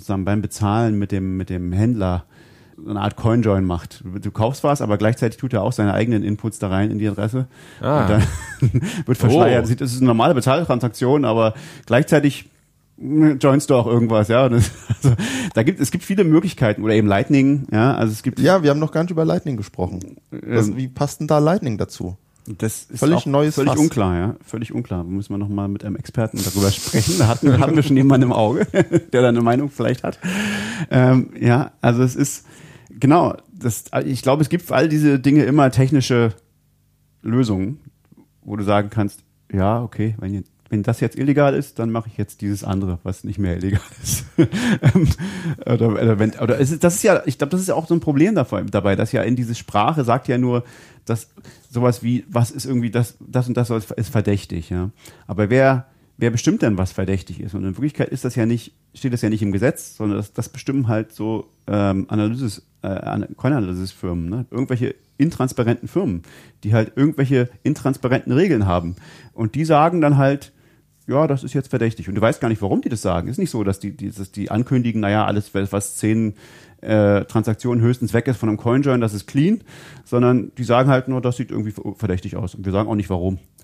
[SPEAKER 3] Händler so eine Art Coinjoin macht. Du kaufst was, aber gleichzeitig tut er auch seine eigenen Inputs da rein in die Adresse. Und dann wird verschleiert. Das ist eine normale Bezahltransaktion, aber gleichzeitig joinst du auch irgendwas, ja. Es gibt viele Möglichkeiten oder eben Lightning, ja. Also es gibt.
[SPEAKER 4] Ja, wir haben noch gar nicht über Lightning gesprochen. Wie passt denn da Lightning dazu?
[SPEAKER 3] Das ist
[SPEAKER 4] völlig neues
[SPEAKER 3] völlig
[SPEAKER 4] Fass.
[SPEAKER 3] Unklar, ja. Völlig unklar. Da müssen wir noch mal mit einem Experten darüber sprechen. Da hatten wir schon jemanden im Auge, der da eine Meinung vielleicht hat. Ja, also es ist genau. Ich glaube, es gibt für all diese Dinge immer technische Lösungen, wo du sagen kannst, ja, okay, wenn das jetzt illegal ist, dann mache ich jetzt dieses andere, was nicht mehr illegal ist. Ich glaube, das ist ja auch so ein Problem dabei, dass ja in diese Sprache sagt ja nur, dass sowas wie, was ist irgendwie das und das ist verdächtig, ja. Aber wer bestimmt denn, was verdächtig ist? Und in Wirklichkeit steht das ja nicht im Gesetz, sondern das bestimmen halt so Coin-Analysis-Firmen, ne? Irgendwelche intransparenten Firmen, die halt irgendwelche intransparenten Regeln haben. Und die sagen dann halt, ja, das ist jetzt verdächtig. Und du weißt gar nicht, warum die das sagen. Ist nicht so, dass die ankündigen, naja, alles, was 10 Transaktionen höchstens weg ist von einem Coinjoin, das ist clean, sondern die sagen halt nur, das sieht irgendwie verdächtig aus. Und wir sagen auch nicht, warum.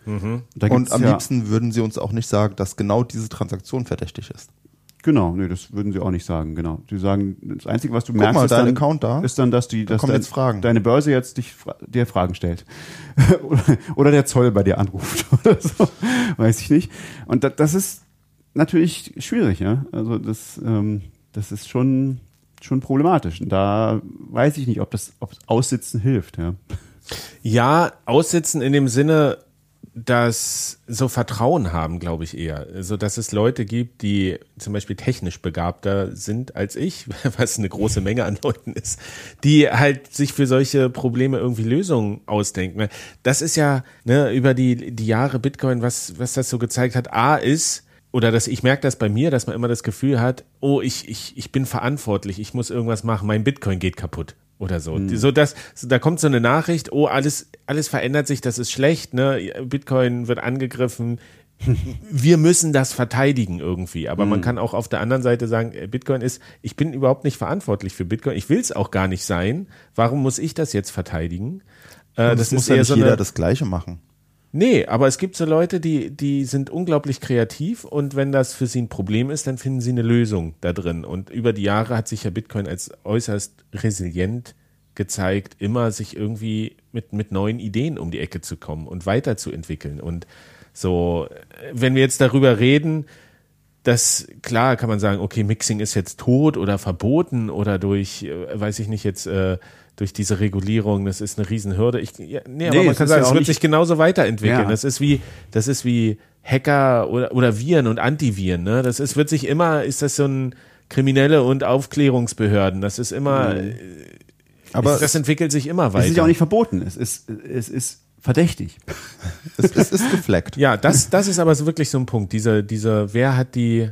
[SPEAKER 4] Und am liebsten würden sie uns auch nicht sagen, dass genau diese Transaktion verdächtig ist.
[SPEAKER 3] Genau, nee, das würden sie auch nicht sagen, genau. Sie sagen, das Einzige, was du merkst,
[SPEAKER 4] mal,
[SPEAKER 3] ist,
[SPEAKER 4] Account da.
[SPEAKER 3] Ist dann, dass
[SPEAKER 4] kommen jetzt Fragen.
[SPEAKER 3] Deine Börse jetzt dir Fragen stellt. Oder der Zoll bei dir anruft oder so, weiß ich nicht. Und das ist natürlich schwierig, ja. Also das ist schon problematisch. Und da weiß ich nicht, ob Aussitzen hilft, ja.
[SPEAKER 2] Ja, Aussitzen in dem Sinne, dass so Vertrauen haben, glaube ich eher. Also, dass es Leute gibt, die zum Beispiel technisch begabter sind als ich, was eine große Menge an Leuten ist, die halt sich für solche Probleme irgendwie Lösungen ausdenken. Das ist ja über die Jahre Bitcoin, was das so gezeigt hat. Ich merke das bei mir, dass man immer das Gefühl hat, oh, ich bin verantwortlich, ich muss irgendwas machen, mein Bitcoin geht kaputt. Oder so. Da kommt so eine Nachricht, oh, alles verändert sich, das ist schlecht, ne? Bitcoin wird angegriffen, wir müssen das verteidigen irgendwie. Aber man kann auch auf der anderen Seite sagen, ich bin überhaupt nicht verantwortlich für Bitcoin, ich will es auch gar nicht sein. Warum muss ich das jetzt verteidigen?
[SPEAKER 4] Das muss ja nicht jeder das Gleiche machen.
[SPEAKER 2] Nee, aber es gibt so Leute, die sind unglaublich kreativ und wenn das für sie ein Problem ist, dann finden sie eine Lösung da drin. Und über die Jahre hat sich ja Bitcoin als äußerst resilient gezeigt, immer sich irgendwie mit neuen Ideen um die Ecke zu kommen und weiterzuentwickeln. Und so, wenn wir jetzt darüber reden, klar kann man sagen, okay, Mixing ist jetzt tot oder verboten oder durch, weiß ich nicht, jetzt durch diese Regulierung, das ist eine Riesenhürde. Aber man kann sagen, es wird sich genauso weiterentwickeln. Ja. Das ist wie Hacker oder Viren und Antiviren. Ne? Das ist das so ein Kriminelle und Aufklärungsbehörden. Das ist immer, das entwickelt sich immer weiter.
[SPEAKER 3] Es ist ja auch nicht verboten. Es ist verdächtig.
[SPEAKER 4] Es ist gefleckt.
[SPEAKER 2] Ja, das ist aber so wirklich so ein Punkt. Wer hat die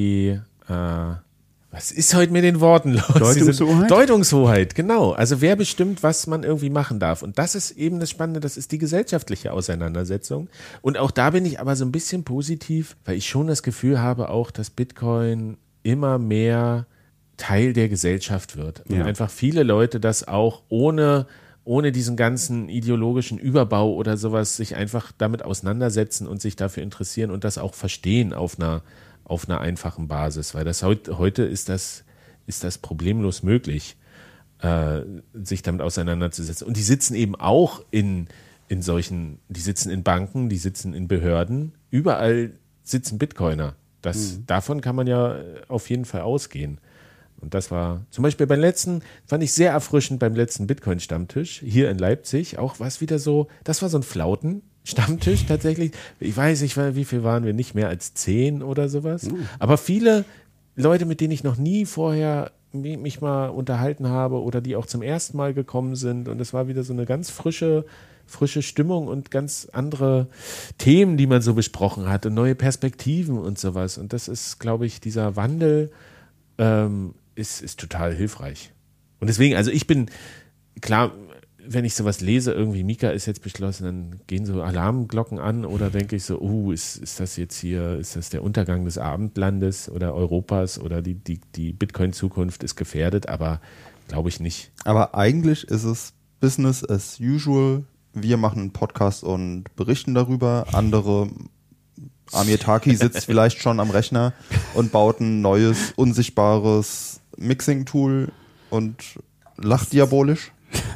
[SPEAKER 2] was ist heute mit den Worten los? Deutungshoheit, genau. Also wer bestimmt, was man irgendwie machen darf? Und das ist eben das Spannende, das ist die gesellschaftliche Auseinandersetzung. Und auch da bin ich aber so ein bisschen positiv, weil ich schon das Gefühl habe auch, dass Bitcoin immer mehr Teil der Gesellschaft wird. Und einfach viele Leute das auch ohne diesen ganzen ideologischen Überbau oder sowas sich einfach damit auseinandersetzen und sich dafür interessieren und das auch verstehen auf einer einfachen Basis, weil das heute ist das problemlos möglich, sich damit auseinanderzusetzen. Und die sitzen eben auch die sitzen in Banken, die sitzen in Behörden, überall sitzen Bitcoiner. Davon kann man ja auf jeden Fall ausgehen. Und das war zum Beispiel fand ich sehr erfrischend beim letzten Bitcoin-Stammtisch hier in Leipzig, auch was wieder so, das war so ein Flauten-Stammtisch tatsächlich. Ich weiß nicht, wie viel waren wir, nicht mehr als 10 oder sowas. Aber viele Leute, mit denen ich noch nie vorher mich mal unterhalten habe oder die auch zum ersten Mal gekommen sind. Und es war wieder so eine ganz frische Stimmung und ganz andere Themen, die man so besprochen hat und neue Perspektiven und sowas. Und das ist, glaube ich, dieser Wandel ist total hilfreich. Und deswegen, also ich bin, klar, wenn ich sowas lese, irgendwie Mika ist jetzt beschlossen, dann gehen so Alarmglocken an oder denke ich so, ist das jetzt hier, ist das der Untergang des Abendlandes oder Europas oder die Bitcoin-Zukunft ist gefährdet, aber glaube ich nicht.
[SPEAKER 4] Aber eigentlich ist es Business as usual. Wir machen einen Podcast und berichten darüber. Andere, Amir Taki sitzt vielleicht schon am Rechner und baut ein neues, unsichtbares Mixing-Tool und lacht diabolisch.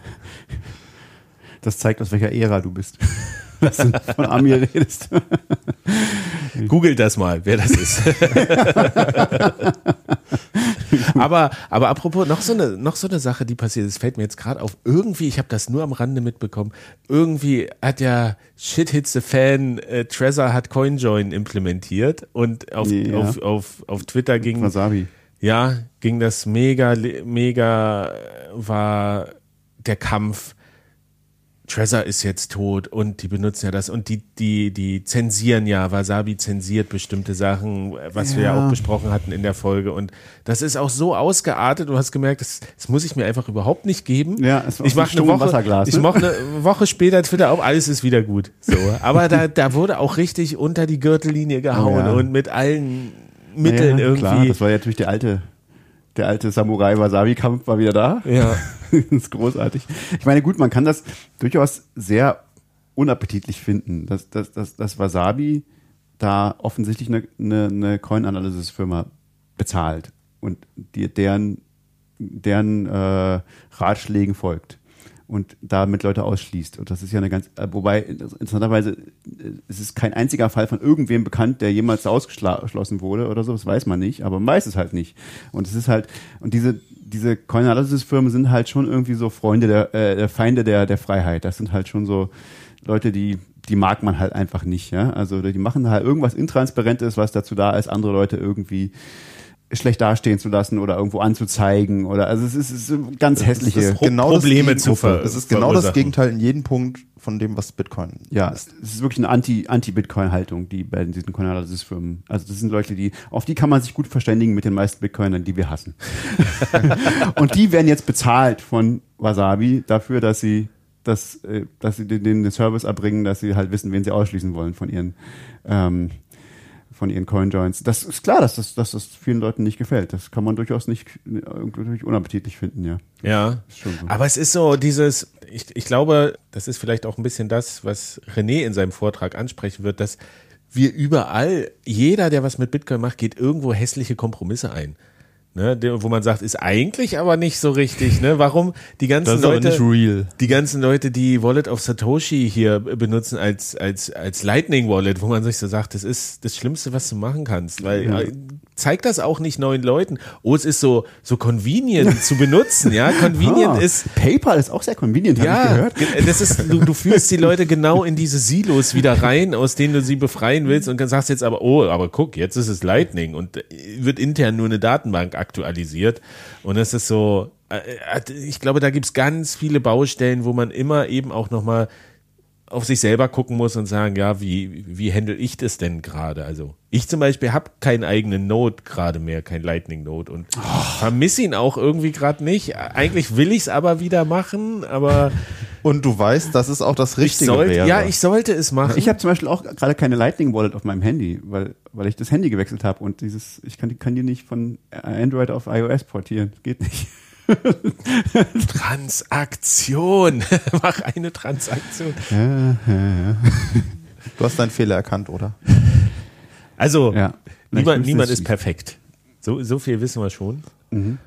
[SPEAKER 3] Das zeigt, aus welcher Ära du bist. Dass du von Amir redest.
[SPEAKER 2] Googelt das mal, wer das ist. aber apropos, noch so eine Sache, die passiert ist, fällt mir jetzt gerade auf. Irgendwie, ich habe das nur am Rande mitbekommen, irgendwie hat ja Shit Hits the Fan, Trezor hat CoinJoin implementiert und auf Twitter ging
[SPEAKER 3] Wasabi.
[SPEAKER 2] Ja, ging das mega, war der Kampf. Trezor ist jetzt tot und die benutzen ja das und die zensieren ja, Wasabi zensiert bestimmte Sachen, was wir ja auch besprochen hatten in der Folge und das ist auch so ausgeartet, du hast gemerkt, das muss ich mir einfach überhaupt nicht geben.
[SPEAKER 3] Ja, es war
[SPEAKER 2] ich mache eine Woche später Twitter auf, alles ist wieder gut. So, aber da wurde auch richtig unter die Gürtellinie gehauen und mit allen Mitteln irgendwie.
[SPEAKER 3] Klar, das war ja natürlich der alte Samurai-Wasabi-Kampf war wieder da.
[SPEAKER 2] Ja.
[SPEAKER 3] Das ist großartig. Ich meine, gut, man kann das durchaus sehr unappetitlich finden, dass Wasabi da offensichtlich eine Coin-Analysis-Firma bezahlt und deren Ratschlägen folgt und damit Leute ausschließt. Und das ist ja wobei interessanterweise es ist kein einziger Fall von irgendwem bekannt, der jemals ausgeschlossen wurde oder so, das weiß man nicht, aber man weiß es halt nicht. Und es ist halt, und diese Coin-Analysis-Firmen sind halt schon irgendwie so Freunde der Feinde der Freiheit. Das sind halt schon so Leute, die mag man halt einfach nicht, ja. Also die machen halt irgendwas Intransparentes, was dazu da ist, andere Leute irgendwie schlecht dastehen zu lassen oder irgendwo anzuzeigen oder also es ist ganz hässliche
[SPEAKER 4] Es ist genau
[SPEAKER 2] Probleme
[SPEAKER 4] das Es ist genau das Gegenteil in jedem Punkt von dem, was Bitcoin ist.
[SPEAKER 3] Es ist wirklich eine Anti-Bitcoin-Haltung, die bei diesen Coin-Analysis-Firmen. Also das sind Leute, auf die kann man sich gut verständigen mit den meisten Bitcoinern, die wir hassen. Und die werden jetzt bezahlt von Wasabi dafür, dass sie den Service erbringen, dass sie halt wissen, wen sie ausschließen wollen von ihren Coinjoins. Das ist klar, dass das vielen Leuten nicht gefällt. Das kann man durchaus nicht unappetitlich finden, ja.
[SPEAKER 2] Ja,
[SPEAKER 3] ist schon so.
[SPEAKER 2] Aber es ist so dieses, ich glaube, das ist vielleicht auch ein bisschen das, was René in seinem Vortrag ansprechen wird, dass wir überall, jeder, der was mit Bitcoin macht, geht irgendwo hässliche Kompromisse ein. Ne, wo man sagt, ist eigentlich aber nicht so richtig, ne? Warum die ganzen Leute, die Wallet of Satoshi hier benutzen als Lightning Wallet, wo man sich so sagt, das ist das Schlimmste, was du machen kannst, weil zeig das auch nicht neuen Leuten. Oh, es ist so convenient zu benutzen, ja? Convenient ist
[SPEAKER 3] PayPal ist auch sehr convenient, habe ich gehört.
[SPEAKER 2] Das ist du führst die Leute genau in diese Silos wieder rein, aus denen du sie befreien willst und dann sagst jetzt aber guck, jetzt ist es Lightning und wird intern nur eine Datenbank aktualisiert und es ist so, ich glaube, da gibt's ganz viele Baustellen, wo man immer eben auch nochmal auf sich selber gucken muss und sagen, ja, wie handle ich das denn gerade? Also ich zum Beispiel habe keinen eigenen Node gerade mehr, kein Lightning Node und vermisse ihn auch irgendwie gerade nicht. Eigentlich will ich es aber wieder machen, aber
[SPEAKER 4] und du weißt, dass es auch das Richtige wäre.
[SPEAKER 2] Ja, ich sollte es machen.
[SPEAKER 3] Ich habe zum Beispiel auch gerade keine Lightning Wallet auf meinem Handy, weil ich das Handy gewechselt habe und ich kann die nicht von Android auf iOS portieren. Geht nicht.
[SPEAKER 2] Transaktion. Mach eine Transaktion.
[SPEAKER 3] Ja.
[SPEAKER 4] Du hast deinen Fehler erkannt, oder?
[SPEAKER 2] Also, niemand ist perfekt. So viel wissen wir schon.
[SPEAKER 3] Mhm.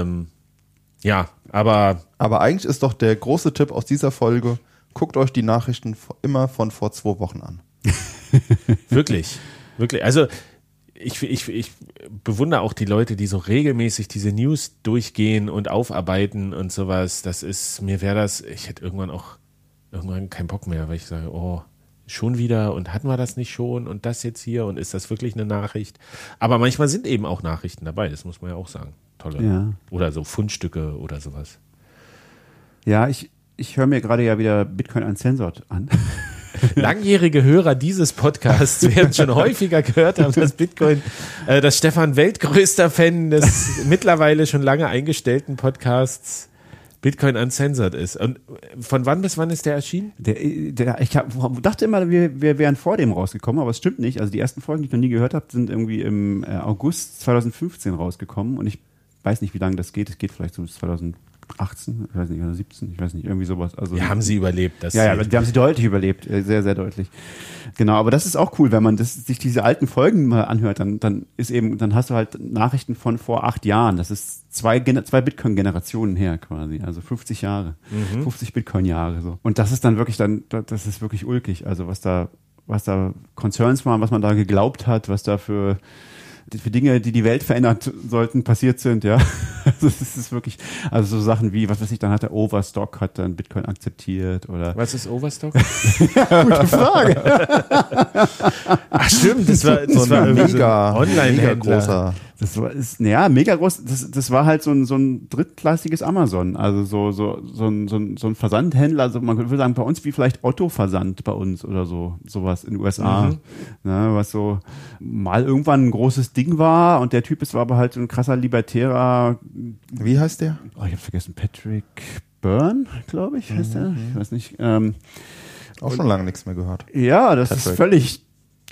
[SPEAKER 2] Ja, aber
[SPEAKER 4] eigentlich ist doch der große Tipp aus dieser Folge, guckt euch die Nachrichten immer von vor 2 Wochen an.
[SPEAKER 2] Wirklich. Also, ich bewundere auch die Leute, die so regelmäßig diese News durchgehen und aufarbeiten und sowas. Ich hätte irgendwann keinen Bock mehr, weil ich sage, oh, schon wieder und hatten wir das nicht schon und das jetzt hier und ist das wirklich eine Nachricht? Aber manchmal sind eben auch Nachrichten dabei, das muss man ja auch sagen. Tolle.
[SPEAKER 3] Ja.
[SPEAKER 2] Oder so Fundstücke oder sowas.
[SPEAKER 3] Ja, ich höre mir gerade ja wieder Bitcoin Uncensored an.
[SPEAKER 2] Langjährige Hörer dieses Podcasts werden schon häufiger gehört haben, dass Stefan weltgrößter Fan des mittlerweile schon lange eingestellten Podcasts Bitcoin Uncensored ist. Und von wann bis wann ist der erschienen?
[SPEAKER 3] Ich dachte immer, wir wären vor dem rausgekommen, aber es stimmt nicht. Also die ersten Folgen, die ich noch nie gehört habe, sind irgendwie im August 2015 rausgekommen und ich weiß nicht, wie lange das geht. Es geht vielleicht so bis 2018, ich weiß nicht, oder 17, ich weiß nicht, irgendwie sowas. Also,
[SPEAKER 2] wir haben sie überlebt.
[SPEAKER 3] Wir haben sie deutlich überlebt, sehr, sehr deutlich. Genau, aber das ist auch cool, wenn man sich diese alten Folgen mal anhört, dann hast du halt Nachrichten von vor 8 Jahren. Das ist zwei Bitcoin-Generationen her quasi, also 50 Jahre, 50 Bitcoin-Jahre so. Und das ist dann wirklich das ist wirklich ulkig. Also was da Concerns waren, was man da geglaubt hat, was da für Dinge, die Welt verändert sollten, passiert sind, ja. Also es ist wirklich, also so Sachen wie, was weiß ich, dann hat der Overstock, hat dann Bitcoin akzeptiert oder.
[SPEAKER 2] Was ist Overstock?
[SPEAKER 3] Ja, gute Frage.
[SPEAKER 2] Ach stimmt, das war
[SPEAKER 4] mega
[SPEAKER 2] Online-Händler.
[SPEAKER 4] großer.
[SPEAKER 3] Mega groß. Das war halt so ein drittklassiges Amazon. Also so ein Versandhändler. Also man würde sagen, bei uns wie vielleicht Otto-Versand bei uns oder sowas in den USA. Ne, was so mal irgendwann ein großes Ding war und der Typ war aber halt so ein krasser Libertärer.
[SPEAKER 4] Wie heißt der?
[SPEAKER 3] Oh, ich habe vergessen. Patrick Byrne, glaube ich, heißt der. Ich weiß nicht.
[SPEAKER 4] Auch schon lange nichts mehr gehört.
[SPEAKER 3] Ja, das Patrick. Ist völlig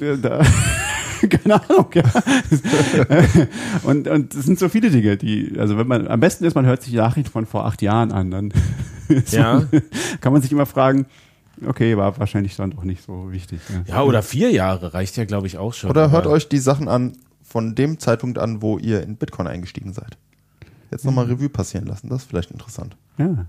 [SPEAKER 3] keine Ahnung, ja. Und es sind so viele Dinge, also wenn man, am besten ist, man hört sich die Nachrichten von vor 8 Jahren an, dann kann man sich immer fragen, Okay, war wahrscheinlich dann doch nicht so wichtig.
[SPEAKER 2] Ja, oder 4 Jahre reicht ja, glaube ich, auch schon.
[SPEAKER 4] Oder hört euch die Sachen an von dem Zeitpunkt an, wo ihr in Bitcoin eingestiegen seid. Jetzt nochmal Revue passieren lassen, das ist vielleicht interessant.
[SPEAKER 3] Ja,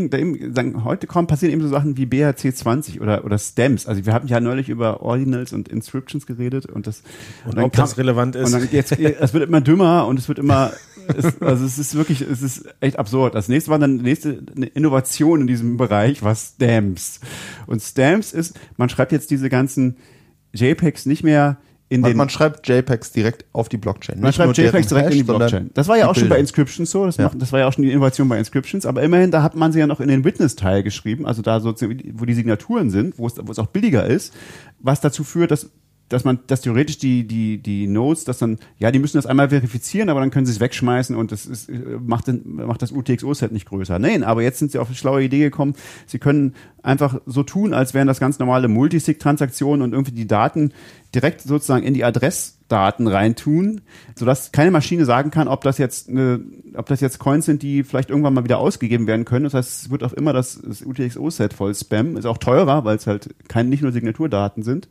[SPEAKER 3] heute passieren eben so Sachen wie BRC20 oder Stamps. Also wir haben ja neulich über Ordinals und Inscriptions geredet und das
[SPEAKER 2] und ob das relevant ist.
[SPEAKER 3] Und dann es wird immer dümmer und es wird immer es ist echt absurd. Das nächste war dann eine Innovation in diesem Bereich war Stamps. Und Stamps ist, man schreibt jetzt diese ganzen JPEGs nicht mehr
[SPEAKER 4] man schreibt JPEGs direkt auf die Blockchain.
[SPEAKER 3] Man schreibt JPEGs direkt in die Blockchain. Das war ja auch schon bei Inscriptions so. Das war ja auch schon die Innovation bei Inscriptions. Aber immerhin, da hat man sie ja noch in den Witness-Teil geschrieben, also da sozusagen, wo die Signaturen sind, wo es auch billiger ist, was dazu führt, dass theoretisch die Nodes, die müssen das einmal verifizieren, aber dann können sie es wegschmeißen und das macht das UTXO-Set nicht größer. Nein, aber jetzt sind sie auf eine schlaue Idee gekommen, sie können einfach so tun, als wären das ganz normale Multisig-Transaktionen und irgendwie die Daten direkt sozusagen in die Adressdaten reintun, sodass keine Maschine sagen kann, ob das jetzt Coins sind, die vielleicht irgendwann mal wieder ausgegeben werden können. Das heißt, es wird auch immer das UTXO-Set voll Spam. Ist auch teurer, weil es halt nicht nur Signaturdaten sind.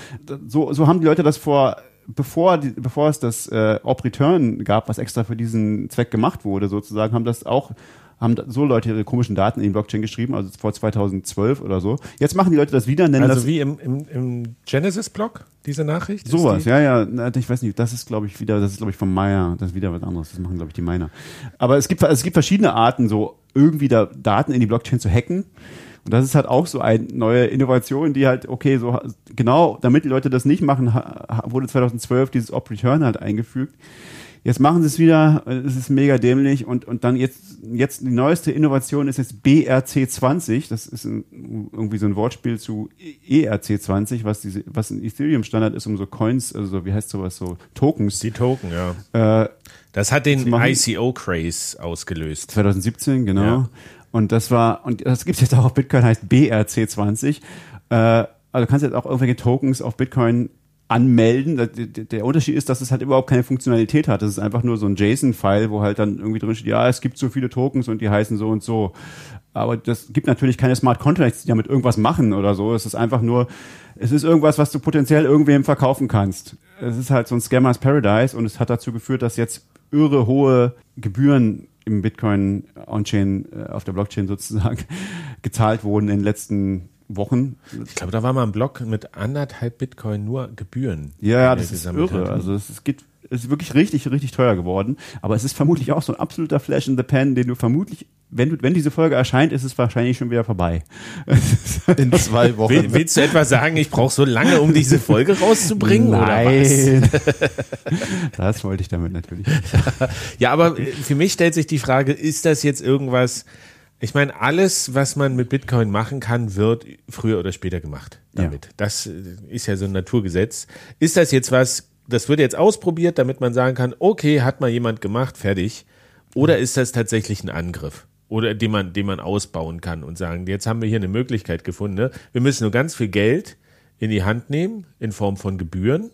[SPEAKER 3] So haben die Leute das bevor es das Op-Return gab, was extra für diesen Zweck gemacht wurde, sozusagen, haben so Leute ihre komischen Daten in die Blockchain geschrieben, also vor 2012 oder so. Jetzt machen die Leute das wieder, nennen
[SPEAKER 2] also
[SPEAKER 3] das...
[SPEAKER 2] wie im Genesis-Blog, diese Nachricht?
[SPEAKER 3] Sowas, ja. Ich weiß nicht, das ist, glaube ich, vom Miner. Das ist wieder was anderes. Das machen, glaube ich, die Miner. Aber es gibt verschiedene Arten, so irgendwie da Daten in die Blockchain zu hacken. Und das ist halt auch so eine neue Innovation, die halt, okay, so genau, damit die Leute das nicht machen, wurde 2012 dieses Op-Return halt eingefügt. Jetzt machen sie es wieder, es ist mega dämlich und dann jetzt die neueste Innovation ist jetzt BRC20, das ist irgendwie so ein Wortspiel zu ERC20, was ein Ethereum-Standard ist, um so Coins, also wie heißt sowas, so Tokens.
[SPEAKER 2] Die Token, ja. Das hat den ICO-Craze ausgelöst.
[SPEAKER 3] 2017, genau. Ja. Und das gibt's jetzt auch auf Bitcoin, heißt BRC20. Also du kannst jetzt auch irgendwelche Tokens auf Bitcoin anmelden. Der Unterschied ist, dass es halt überhaupt keine Funktionalität hat. Das ist einfach nur so ein JSON-File, wo halt dann irgendwie drin steht, ja, es gibt so viele Tokens und die heißen so und so. Aber das gibt natürlich keine Smart Contracts, die damit irgendwas machen oder so. Es ist einfach nur, es ist irgendwas, was du potenziell irgendwem verkaufen kannst. Es ist halt so ein Scammers Paradise und es hat dazu geführt, dass jetzt irre hohe Gebühren im Bitcoin On-Chain, auf der Blockchain sozusagen, gezahlt wurden in den letzten Wochen.
[SPEAKER 2] Ich glaube, da war mal ein Blog mit 1,5 Bitcoin nur Gebühren.
[SPEAKER 3] Ja, das ist irre. Also es ist wirklich richtig, richtig teuer geworden. Aber es ist vermutlich auch so ein absoluter Flash in the Pan, den du vermutlich, wenn diese Folge erscheint, ist es wahrscheinlich schon wieder vorbei.
[SPEAKER 4] In 2 Wochen.
[SPEAKER 2] Willst du etwa sagen, ich brauche so lange, um diese Folge rauszubringen?
[SPEAKER 3] Nein.
[SPEAKER 2] Oder was?
[SPEAKER 3] Das wollte ich damit natürlich.
[SPEAKER 2] Ja, aber für mich stellt sich die Frage, ist das jetzt irgendwas... Ich meine, alles, was man mit Bitcoin machen kann, wird früher oder später gemacht damit. Ja. Das ist ja so ein Naturgesetz. Ist das jetzt was, das wird jetzt ausprobiert, damit man sagen kann, okay, hat mal jemand gemacht, fertig. Oder ist das tatsächlich ein Angriff? Oder den man ausbauen kann und sagen, jetzt haben wir hier eine Möglichkeit gefunden. Ne? Wir müssen nur ganz viel Geld in die Hand nehmen, in Form von Gebühren.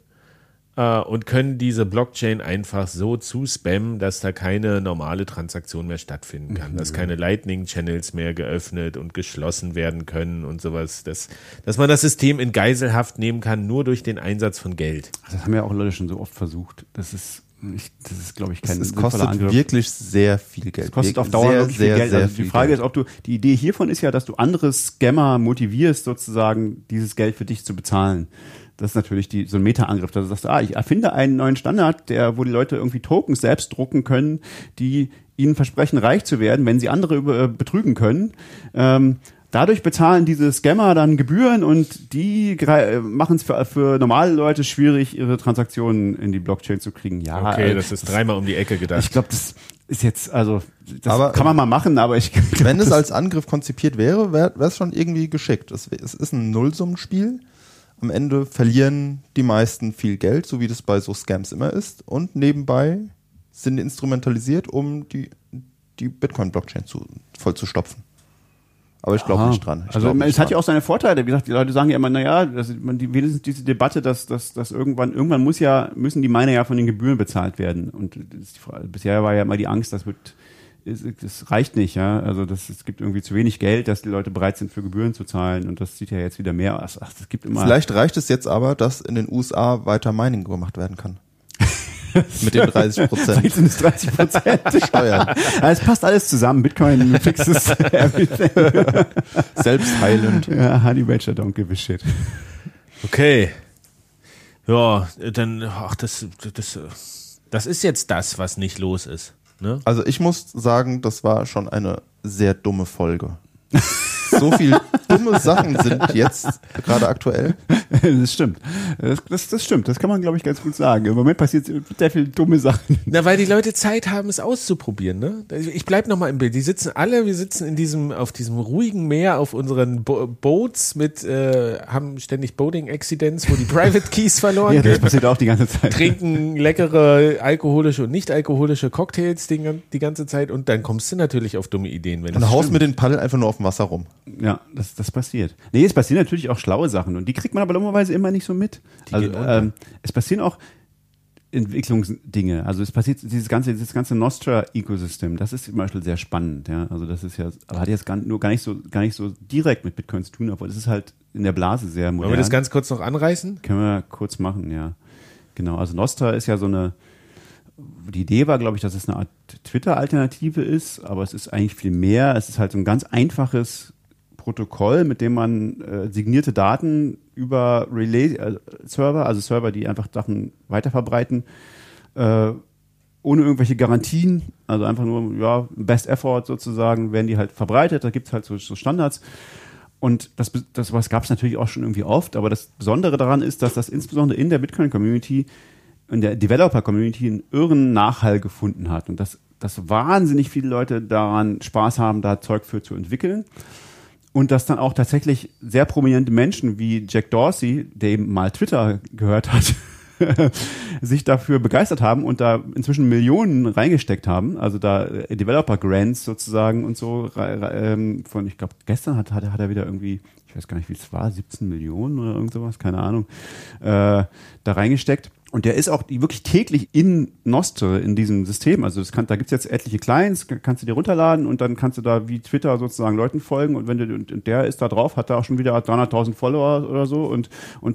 [SPEAKER 2] Und können diese Blockchain einfach so zuspammen, dass da keine normale Transaktion mehr stattfinden kann, dass keine Lightning-Channels mehr geöffnet und geschlossen werden können und sowas, dass man das System in Geiselhaft nehmen kann, nur durch den Einsatz von Geld.
[SPEAKER 3] Das haben ja auch Leute schon so oft versucht. Das ist, glaube ich, kein sinnvoller
[SPEAKER 4] Angriff. Es kostet wirklich sehr viel Geld.
[SPEAKER 3] Es kostet auf Dauer wirklich viel Geld. Also die Frage ist, die Idee hiervon ist ja, dass du andere Scammer motivierst, sozusagen dieses Geld für dich zu bezahlen. Das ist natürlich so ein Meta-Angriff, dass du sagst, ich erfinde einen neuen Standard, wo die Leute irgendwie Tokens selbst drucken können, die ihnen versprechen, reich zu werden, wenn sie andere betrügen können. Dadurch bezahlen diese Scammer dann Gebühren und die machen es für normale Leute schwierig, ihre Transaktionen in die Blockchain zu kriegen. Ja,
[SPEAKER 2] okay, das ist dreimal um die Ecke gedacht.
[SPEAKER 3] Ich glaube, das ist jetzt, also das kann man mal machen, aber ich glaub,
[SPEAKER 4] wenn es als Angriff konzipiert wäre, wäre es schon irgendwie geschickt. Es ist ein Nullsummenspiel. Am Ende verlieren die meisten viel Geld, so wie das bei so Scams immer ist. Und nebenbei sind die instrumentalisiert, um die Bitcoin-Blockchain voll zu stopfen. Aber ich glaube nicht dran.
[SPEAKER 3] Es hat ja auch seine Vorteile. Wie gesagt, die Leute sagen ja immer, wenigstens diese Debatte, dass irgendwann müssen die Miner ja von den Gebühren bezahlt werden. Und bisher war ja immer die Angst, das wird das reicht nicht, ja. Also es gibt irgendwie zu wenig Geld, dass die Leute bereit sind, für Gebühren zu zahlen und das sieht ja jetzt wieder mehr aus. Ach, das gibt immer.
[SPEAKER 4] Vielleicht reicht es jetzt aber, dass in den USA weiter Mining gemacht werden kann. Mit den 30%.
[SPEAKER 3] Vielleicht sind es 30%
[SPEAKER 4] Steuern.
[SPEAKER 3] Ja, es passt alles zusammen. Bitcoin fixes everything.
[SPEAKER 4] Selbstheilend.
[SPEAKER 3] Ja, Honey Badger don't give a shit.
[SPEAKER 2] Okay. Ja, dann, das ist jetzt das, was nicht los ist. Ne?
[SPEAKER 4] Also ich muss sagen, das war schon eine sehr dumme Folge. So viel dumme Sachen sind jetzt gerade aktuell.
[SPEAKER 3] Das stimmt. Das stimmt. Das kann man, glaube ich, ganz gut sagen. Im Moment passiert sehr viel dumme Sachen.
[SPEAKER 2] Na, weil die Leute Zeit haben, es auszuprobieren, ne? Ich bleib noch mal im Bild. Wir sitzen auf diesem ruhigen Meer auf unseren Boats haben ständig Boating-Accidents, wo die Private Keys verloren
[SPEAKER 3] Ja, das
[SPEAKER 2] gehen.
[SPEAKER 3] passiert auch die ganze Zeit.
[SPEAKER 2] Trinken leckere alkoholische und nicht alkoholische Cocktails die ganze Zeit und dann kommst du natürlich auf dumme Ideen. Wenn
[SPEAKER 4] Und haust mit den Paddeln einfach nur auf dem Wasser rum.
[SPEAKER 3] Ja, das passiert. Nee, es passieren natürlich auch schlaue Sachen und die kriegt man aber dummerweise immer nicht so mit. Also es passieren auch Entwicklungsdinge. Also es passiert dieses ganze Nostra-Ecosystem, das ist zum Beispiel sehr spannend. Ja, also das ist ja, aber hat jetzt gar nicht so direkt mit Bitcoin zu tun, aber es ist halt in der Blase sehr modern.
[SPEAKER 2] Wollen wir das ganz kurz noch anreißen?
[SPEAKER 3] Können wir kurz machen, ja. Genau. Also Nostra ist ja die Idee war, glaube ich, dass es eine Art Twitter-Alternative ist, aber es ist eigentlich viel mehr. Es ist halt so ein ganz einfaches Protokoll, mit dem man signierte Daten über Relay-Server, also Server, die einfach Sachen weiterverbreiten, ohne irgendwelche Garantien, also einfach nur, ja, Best Effort sozusagen, werden die halt verbreitet, da gibt es halt so Standards. Und das gab es natürlich auch schon irgendwie oft, aber das Besondere daran ist, dass das insbesondere in der Bitcoin-Community, in der Developer-Community einen irren Nachhall gefunden hat und dass wahnsinnig viele Leute daran Spaß haben, da Zeug für zu entwickeln. Und dass dann auch tatsächlich sehr prominente Menschen wie Jack Dorsey, der eben mal Twitter gehört hat, sich dafür begeistert haben und da inzwischen Millionen reingesteckt haben. Also da Developer-Grants sozusagen und so. Ich glaube, gestern hat er wieder irgendwie, ich weiß gar nicht, wie es war, 17 Millionen oder irgend sowas, keine Ahnung, da reingesteckt. Und der ist auch wirklich täglich in Nostra, in diesem System. Also da gibt's jetzt etliche Clients, kannst du dir runterladen und dann kannst du da wie Twitter sozusagen Leuten folgen. Und und der ist da drauf, hat da auch schon wieder 300.000 Follower oder so und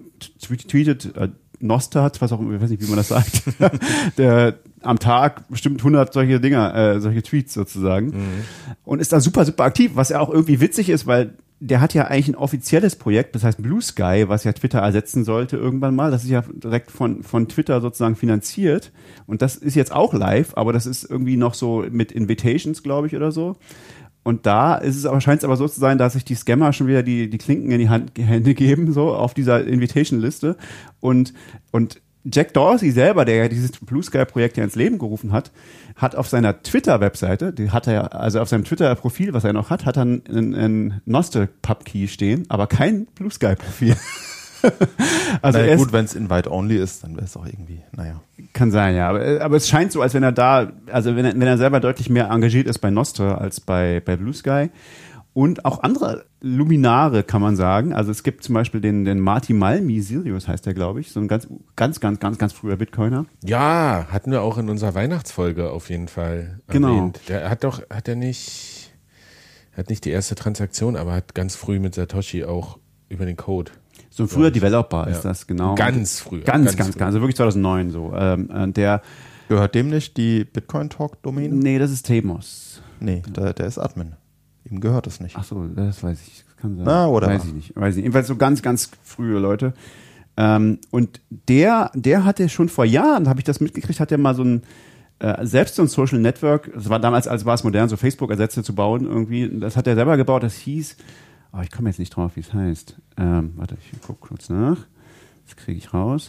[SPEAKER 3] tweetet Nostra, was auch, ich weiß nicht, wie man das sagt, der am Tag bestimmt 100 solche Dinger, solche Tweets sozusagen. Mhm. Und ist da super, super aktiv, was ja auch irgendwie witzig ist, weil der hat ja eigentlich ein offizielles Projekt, das heißt Blue Sky, was ja Twitter ersetzen sollte irgendwann mal. Das ist ja direkt von Twitter sozusagen finanziert. Und das ist jetzt auch live, aber das ist irgendwie noch so mit Invitations, glaube ich, oder so. Und da ist es aber, scheint es aber so zu sein, dass sich die Scammer schon wieder die Klinken in die Hände geben, so auf dieser Invitation-Liste. Und Jack Dorsey selber, der ja dieses Blue Sky-Projekt ja ins Leben gerufen hat auf seiner Twitter-Webseite, die hat er, also auf seinem Twitter-Profil, was er noch hat er einen Nostra-Pub-Key stehen, aber kein Blue Sky-Profil. Also
[SPEAKER 4] naja, gut, wenn es Invite-Only ist, dann wäre es auch irgendwie, naja.
[SPEAKER 3] Kann sein, ja. Aber es scheint so, als wenn wenn er selber deutlich mehr engagiert ist bei Nostra als bei Blue Sky. Und auch andere Luminare, kann man sagen. Also es gibt zum Beispiel den Marty Malmi, Sirius heißt der, glaube ich, so ein ganz früher Bitcoiner.
[SPEAKER 2] Ja, hatten wir auch in unserer Weihnachtsfolge auf jeden Fall erwähnt. Genau. Der hat nicht die erste Transaktion, aber hat ganz früh mit Satoshi auch über den Code.
[SPEAKER 3] So ein früher Developer ist das, genau.
[SPEAKER 2] Ganz früher.
[SPEAKER 3] Ganz früh. Also wirklich 2009 so. Der
[SPEAKER 4] gehört dem nicht die Bitcoin-Talk-Domain?
[SPEAKER 3] Nee, das ist Themos.
[SPEAKER 4] Nee, der ist Admin. Ihm gehört es nicht.
[SPEAKER 3] Ach so, das weiß ich. Das kann sein.
[SPEAKER 4] Na, oder?
[SPEAKER 3] Weiß ich nicht. Jedenfalls so ganz frühe Leute. Und der hatte schon vor Jahren, habe ich das mitgekriegt, hat er mal so selbst so ein Social Network, das war damals, als war es modern, so Facebook-Ersätze zu bauen irgendwie. Das hat er selber gebaut, das hieß, ich komme jetzt nicht drauf, wie es heißt. Warte, ich gucke kurz nach. Das kriege ich raus.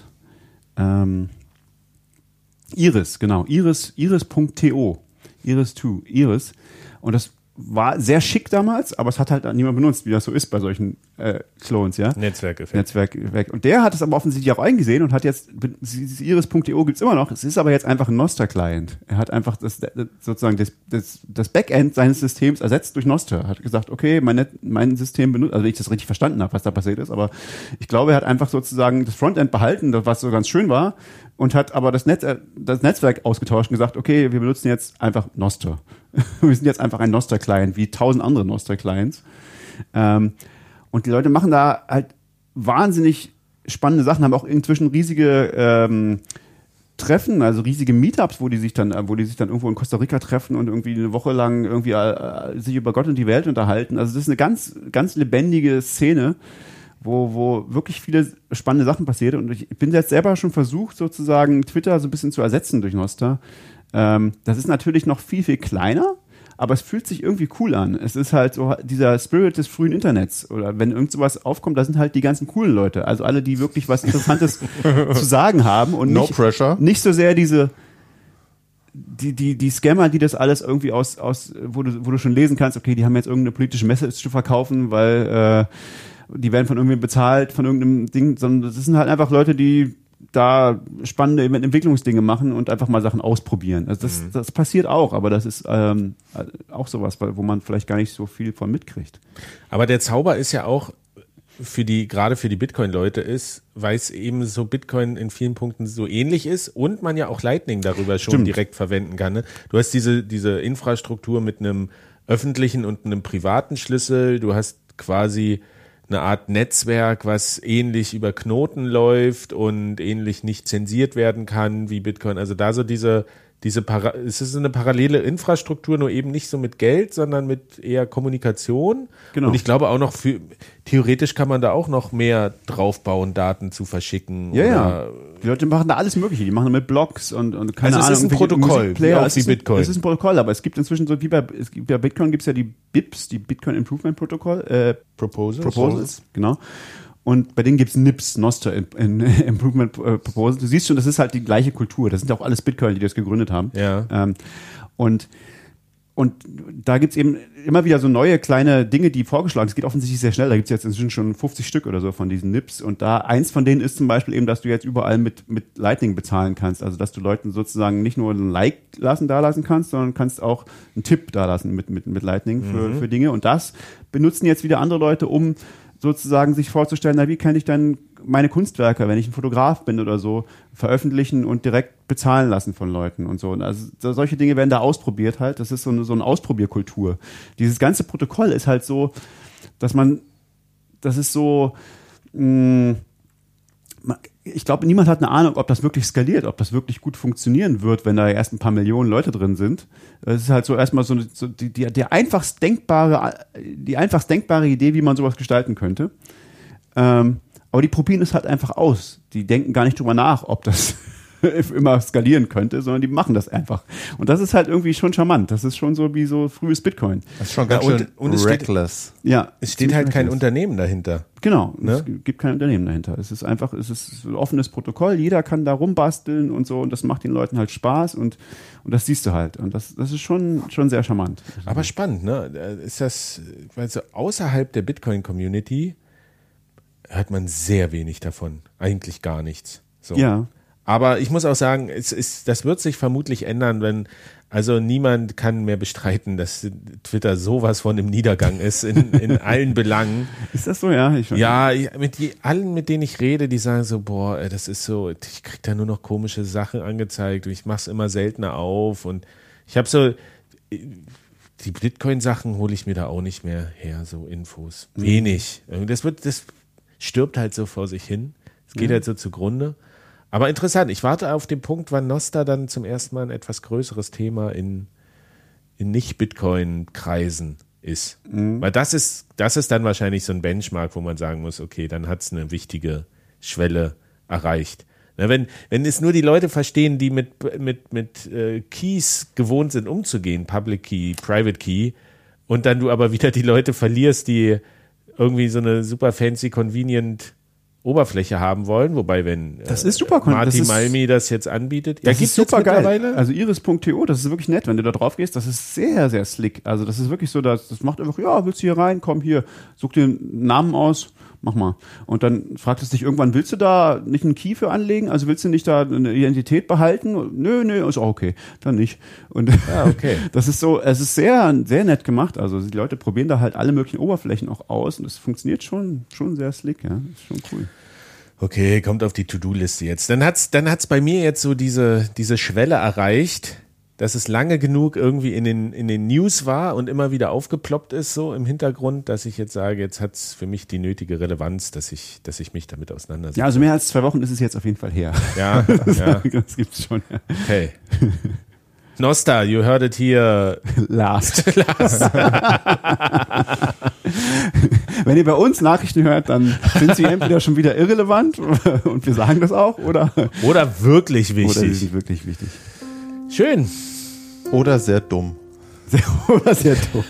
[SPEAKER 3] Iris, genau. Iris.to. Iris. Und das war sehr schick damals, aber es hat halt niemand benutzt, wie das so ist bei solchen Clones, ja?
[SPEAKER 2] Netzwerkeffekt.
[SPEAKER 3] Und der hat es aber offensichtlich auch eingesehen und hat jetzt, iris.io gibt's immer noch, es ist aber jetzt einfach ein Nostr-Client. Er hat einfach sozusagen das Backend seines Systems ersetzt durch Nostr. Hat gesagt, okay, mein System benutzt, also wenn ich das richtig verstanden habe, was da passiert ist, aber ich glaube, er hat einfach sozusagen das Frontend behalten, was so ganz schön war, und hat aber das Netzwerk ausgetauscht und gesagt, okay, wir benutzen jetzt einfach Nostr. Wir sind jetzt einfach ein Nostr-Client, wie 1000 andere Nostr-Clients. Und die Leute machen da halt wahnsinnig spannende Sachen, haben auch inzwischen riesige Treffen, also riesige Meetups, wo die sich dann irgendwo in Costa Rica treffen und irgendwie eine Woche lang irgendwie sich über Gott und die Welt unterhalten. Also das ist eine ganz, ganz lebendige Szene, wo wirklich viele spannende Sachen passieren. Und ich bin jetzt selber schon versucht, sozusagen Twitter so ein bisschen zu ersetzen durch Nostr. Das ist natürlich noch viel, viel kleiner, aber es fühlt sich irgendwie cool an. Es ist halt so dieser Spirit des frühen Internets. Oder wenn irgend sowas aufkommt, da sind halt die ganzen coolen Leute. Also alle, die wirklich was Interessantes zu sagen haben. Und nicht so sehr die Scammer, die das alles irgendwie wo du schon lesen kannst, okay, die haben jetzt irgendeine politische Message zu verkaufen, weil die werden von irgendwem bezahlt, von irgendeinem Ding, sondern das sind halt einfach Leute, die da spannende Entwicklungsdinge machen und einfach mal Sachen ausprobieren. Also das passiert auch, aber das ist auch sowas, wo man vielleicht gar nicht so viel von mitkriegt.
[SPEAKER 2] Aber der Zauber ist ja auch gerade für die Bitcoin-Leute ist, weil es eben so Bitcoin in vielen Punkten so ähnlich ist und man ja auch Lightning darüber schon direkt verwenden kann. Ne? Du hast diese Infrastruktur mit einem öffentlichen und einem privaten Schlüssel. Du hast quasi eine Art Netzwerk, was ähnlich über Knoten läuft und ähnlich nicht zensiert werden kann wie Bitcoin. Also da so es ist eine parallele Infrastruktur, nur eben nicht so mit Geld, sondern mit eher Kommunikation. Genau. Und ich glaube auch noch theoretisch kann man da auch noch mehr draufbauen, Daten zu verschicken.
[SPEAKER 3] Ja. Die Leute machen da alles Mögliche. Die machen mit Blogs und keine Ahnung.
[SPEAKER 2] Es ist ein Protokoll,
[SPEAKER 3] wie Bitcoin. Es ist ein Protokoll, aber es gibt inzwischen so, bei Bitcoin gibt es ja die BIPs, die Bitcoin Improvement Proposals. Genau. Und bei denen gibt's NIPS, Nostr Improvement Proposal. Du siehst schon, das ist halt die gleiche Kultur. Das sind auch alles Bitcoin, die das gegründet haben.
[SPEAKER 2] Ja.
[SPEAKER 3] Und da gibt's eben immer wieder so neue kleine Dinge, die vorgeschlagen sind. Es geht offensichtlich sehr schnell. Da gibt's jetzt inzwischen schon 50 Stück oder so von diesen NIPS. Und eins von denen ist zum Beispiel eben, dass du jetzt überall mit Lightning bezahlen kannst. Also, dass du Leuten sozusagen nicht nur ein Like dalassen kannst, sondern kannst auch einen Tipp dalassen mit Lightning für Dinge. Und das benutzen jetzt wieder andere Leute, um sozusagen sich vorzustellen, wie kann ich dann meine Kunstwerke, wenn ich ein Fotograf bin oder so, veröffentlichen und direkt bezahlen lassen von Leuten und so. Und also solche Dinge werden da ausprobiert halt. Das ist so eine Ausprobierkultur. Dieses ganze Protokoll ist halt so, ich glaube, niemand hat eine Ahnung, ob das wirklich skaliert, ob das wirklich gut funktionieren wird, wenn da erst ein paar Millionen Leute drin sind. Das ist halt so erstmal die einfachst denkbare Idee, wie man sowas gestalten könnte. Aber die probieren es halt einfach aus. Die denken gar nicht drüber nach, ob das immer skalieren könnte, sondern die machen das einfach. Und das ist halt irgendwie schon charmant. Das ist schon so wie so frühes Bitcoin.
[SPEAKER 4] Das ist schon ganz schön reckless.
[SPEAKER 2] Es steht halt kein Unternehmen dahinter.
[SPEAKER 3] Genau, ne? Es gibt kein Unternehmen dahinter. Es ist ein offenes Protokoll. Jeder kann da rumbasteln und so. Und das macht den Leuten halt Spaß. Und das siehst du halt. Und das ist schon sehr charmant.
[SPEAKER 2] Aber spannend, ne? Ist das, weil so außerhalb der Bitcoin-Community hört man sehr wenig davon. Eigentlich gar nichts. So.
[SPEAKER 3] Ja.
[SPEAKER 2] Aber ich muss auch sagen, das wird sich vermutlich ändern, also niemand kann mehr bestreiten, dass Twitter sowas von im Niedergang ist, in allen Belangen.
[SPEAKER 3] Ist das so, ja?
[SPEAKER 2] Allen, mit denen ich rede, die sagen so, boah, das ist so, ich krieg da nur noch komische Sachen angezeigt und ich mach's immer seltener auf und ich habe so, die Bitcoin-Sachen hole ich mir da auch nicht mehr her, so Infos. Wenig. Das stirbt halt so vor sich hin. Es geht halt so zugrunde. Aber interessant, ich warte auf den Punkt, wann Nostr dann zum ersten Mal ein etwas größeres Thema in Nicht-Bitcoin-Kreisen ist. Weil das ist dann wahrscheinlich so ein Benchmark, wo man sagen muss, okay, dann hat es eine wichtige Schwelle erreicht. Na, wenn es nur die Leute verstehen, die mit Keys gewohnt sind umzugehen, Public Key, Private Key, und dann du aber wieder die Leute verlierst, die irgendwie so eine super fancy, convenient Oberfläche haben wollen, wobei wenn
[SPEAKER 3] Das ist super,
[SPEAKER 2] Martin Malmi das jetzt anbietet.
[SPEAKER 3] Das
[SPEAKER 2] gibt's
[SPEAKER 3] ist super
[SPEAKER 2] jetzt
[SPEAKER 3] geil.
[SPEAKER 2] mittlerweile?
[SPEAKER 3] Also iris.to, das ist wirklich nett, wenn du da drauf gehst, das ist sehr, sehr slick. Also das ist wirklich so, das macht einfach, ja, willst du hier rein, komm hier, such dir einen Namen aus, mach mal. Und dann fragt es dich irgendwann, willst du da nicht einen Key für anlegen? Also willst du nicht da eine Identität behalten? Nö, ist auch okay. Dann nicht. Und
[SPEAKER 2] okay.
[SPEAKER 3] das ist so, es ist sehr, sehr nett gemacht. Also die Leute probieren da halt alle möglichen Oberflächen auch aus und es funktioniert schon sehr slick, ja. Ist schon cool.
[SPEAKER 2] Okay, kommt auf die To-Do-Liste jetzt. Dann hat's bei mir jetzt so diese Schwelle erreicht, dass es lange genug irgendwie in den News war und immer wieder aufgeploppt ist, so im Hintergrund, dass ich jetzt sage, jetzt hat's für mich die nötige Relevanz, dass ich mich damit auseinandersetze.
[SPEAKER 3] Ja, also mehr als 2 Wochen ist es jetzt auf jeden Fall her.
[SPEAKER 2] Ja.
[SPEAKER 3] Das gibt's schon. Ja.
[SPEAKER 2] Okay. Nosta, you heard it here.
[SPEAKER 3] Last. Wenn ihr bei uns Nachrichten hört, dann sind sie entweder schon wieder irrelevant und wir sagen das auch, oder
[SPEAKER 2] wirklich wichtig.
[SPEAKER 3] Oder sie sind wirklich wichtig.
[SPEAKER 2] Schön.
[SPEAKER 4] Oder sehr dumm.
[SPEAKER 3] Oder sehr dumm.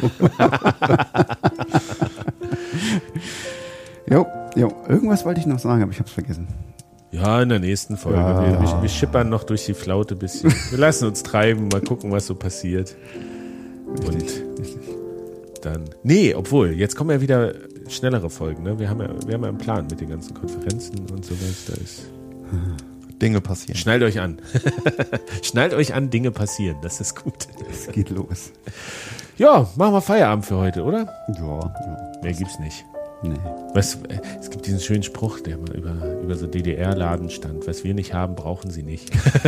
[SPEAKER 3] Jo, irgendwas wollte ich noch sagen, aber ich habe es vergessen.
[SPEAKER 2] Ja, in der nächsten Folge.
[SPEAKER 3] Ja.
[SPEAKER 2] Wir schippern noch durch die Flaute ein bisschen. Wir lassen uns treiben, mal gucken, was so passiert.
[SPEAKER 3] Richtig.
[SPEAKER 2] Dann. Nee, obwohl, jetzt kommen ja wieder schnellere Folgen. Ne? Wir haben ja einen Plan mit den ganzen Konferenzen und sowas. Da ist.
[SPEAKER 4] Dinge passieren.
[SPEAKER 2] Schnallt euch an. Schnallt euch an, Dinge passieren. Das ist gut.
[SPEAKER 3] Es geht los.
[SPEAKER 2] Ja, machen wir Feierabend für heute, oder?
[SPEAKER 3] Ja.
[SPEAKER 2] Mehr gibt's nicht.
[SPEAKER 3] Nee.
[SPEAKER 2] Es gibt diesen schönen Spruch, der mal über so DDR-Laden stand. Was wir nicht haben, brauchen sie nicht.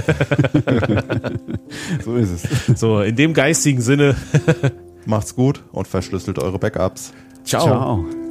[SPEAKER 3] So ist es.
[SPEAKER 2] So, in dem geistigen Sinne.
[SPEAKER 4] Macht's gut und verschlüsselt eure Backups.
[SPEAKER 2] Ciao.
[SPEAKER 3] Ciao.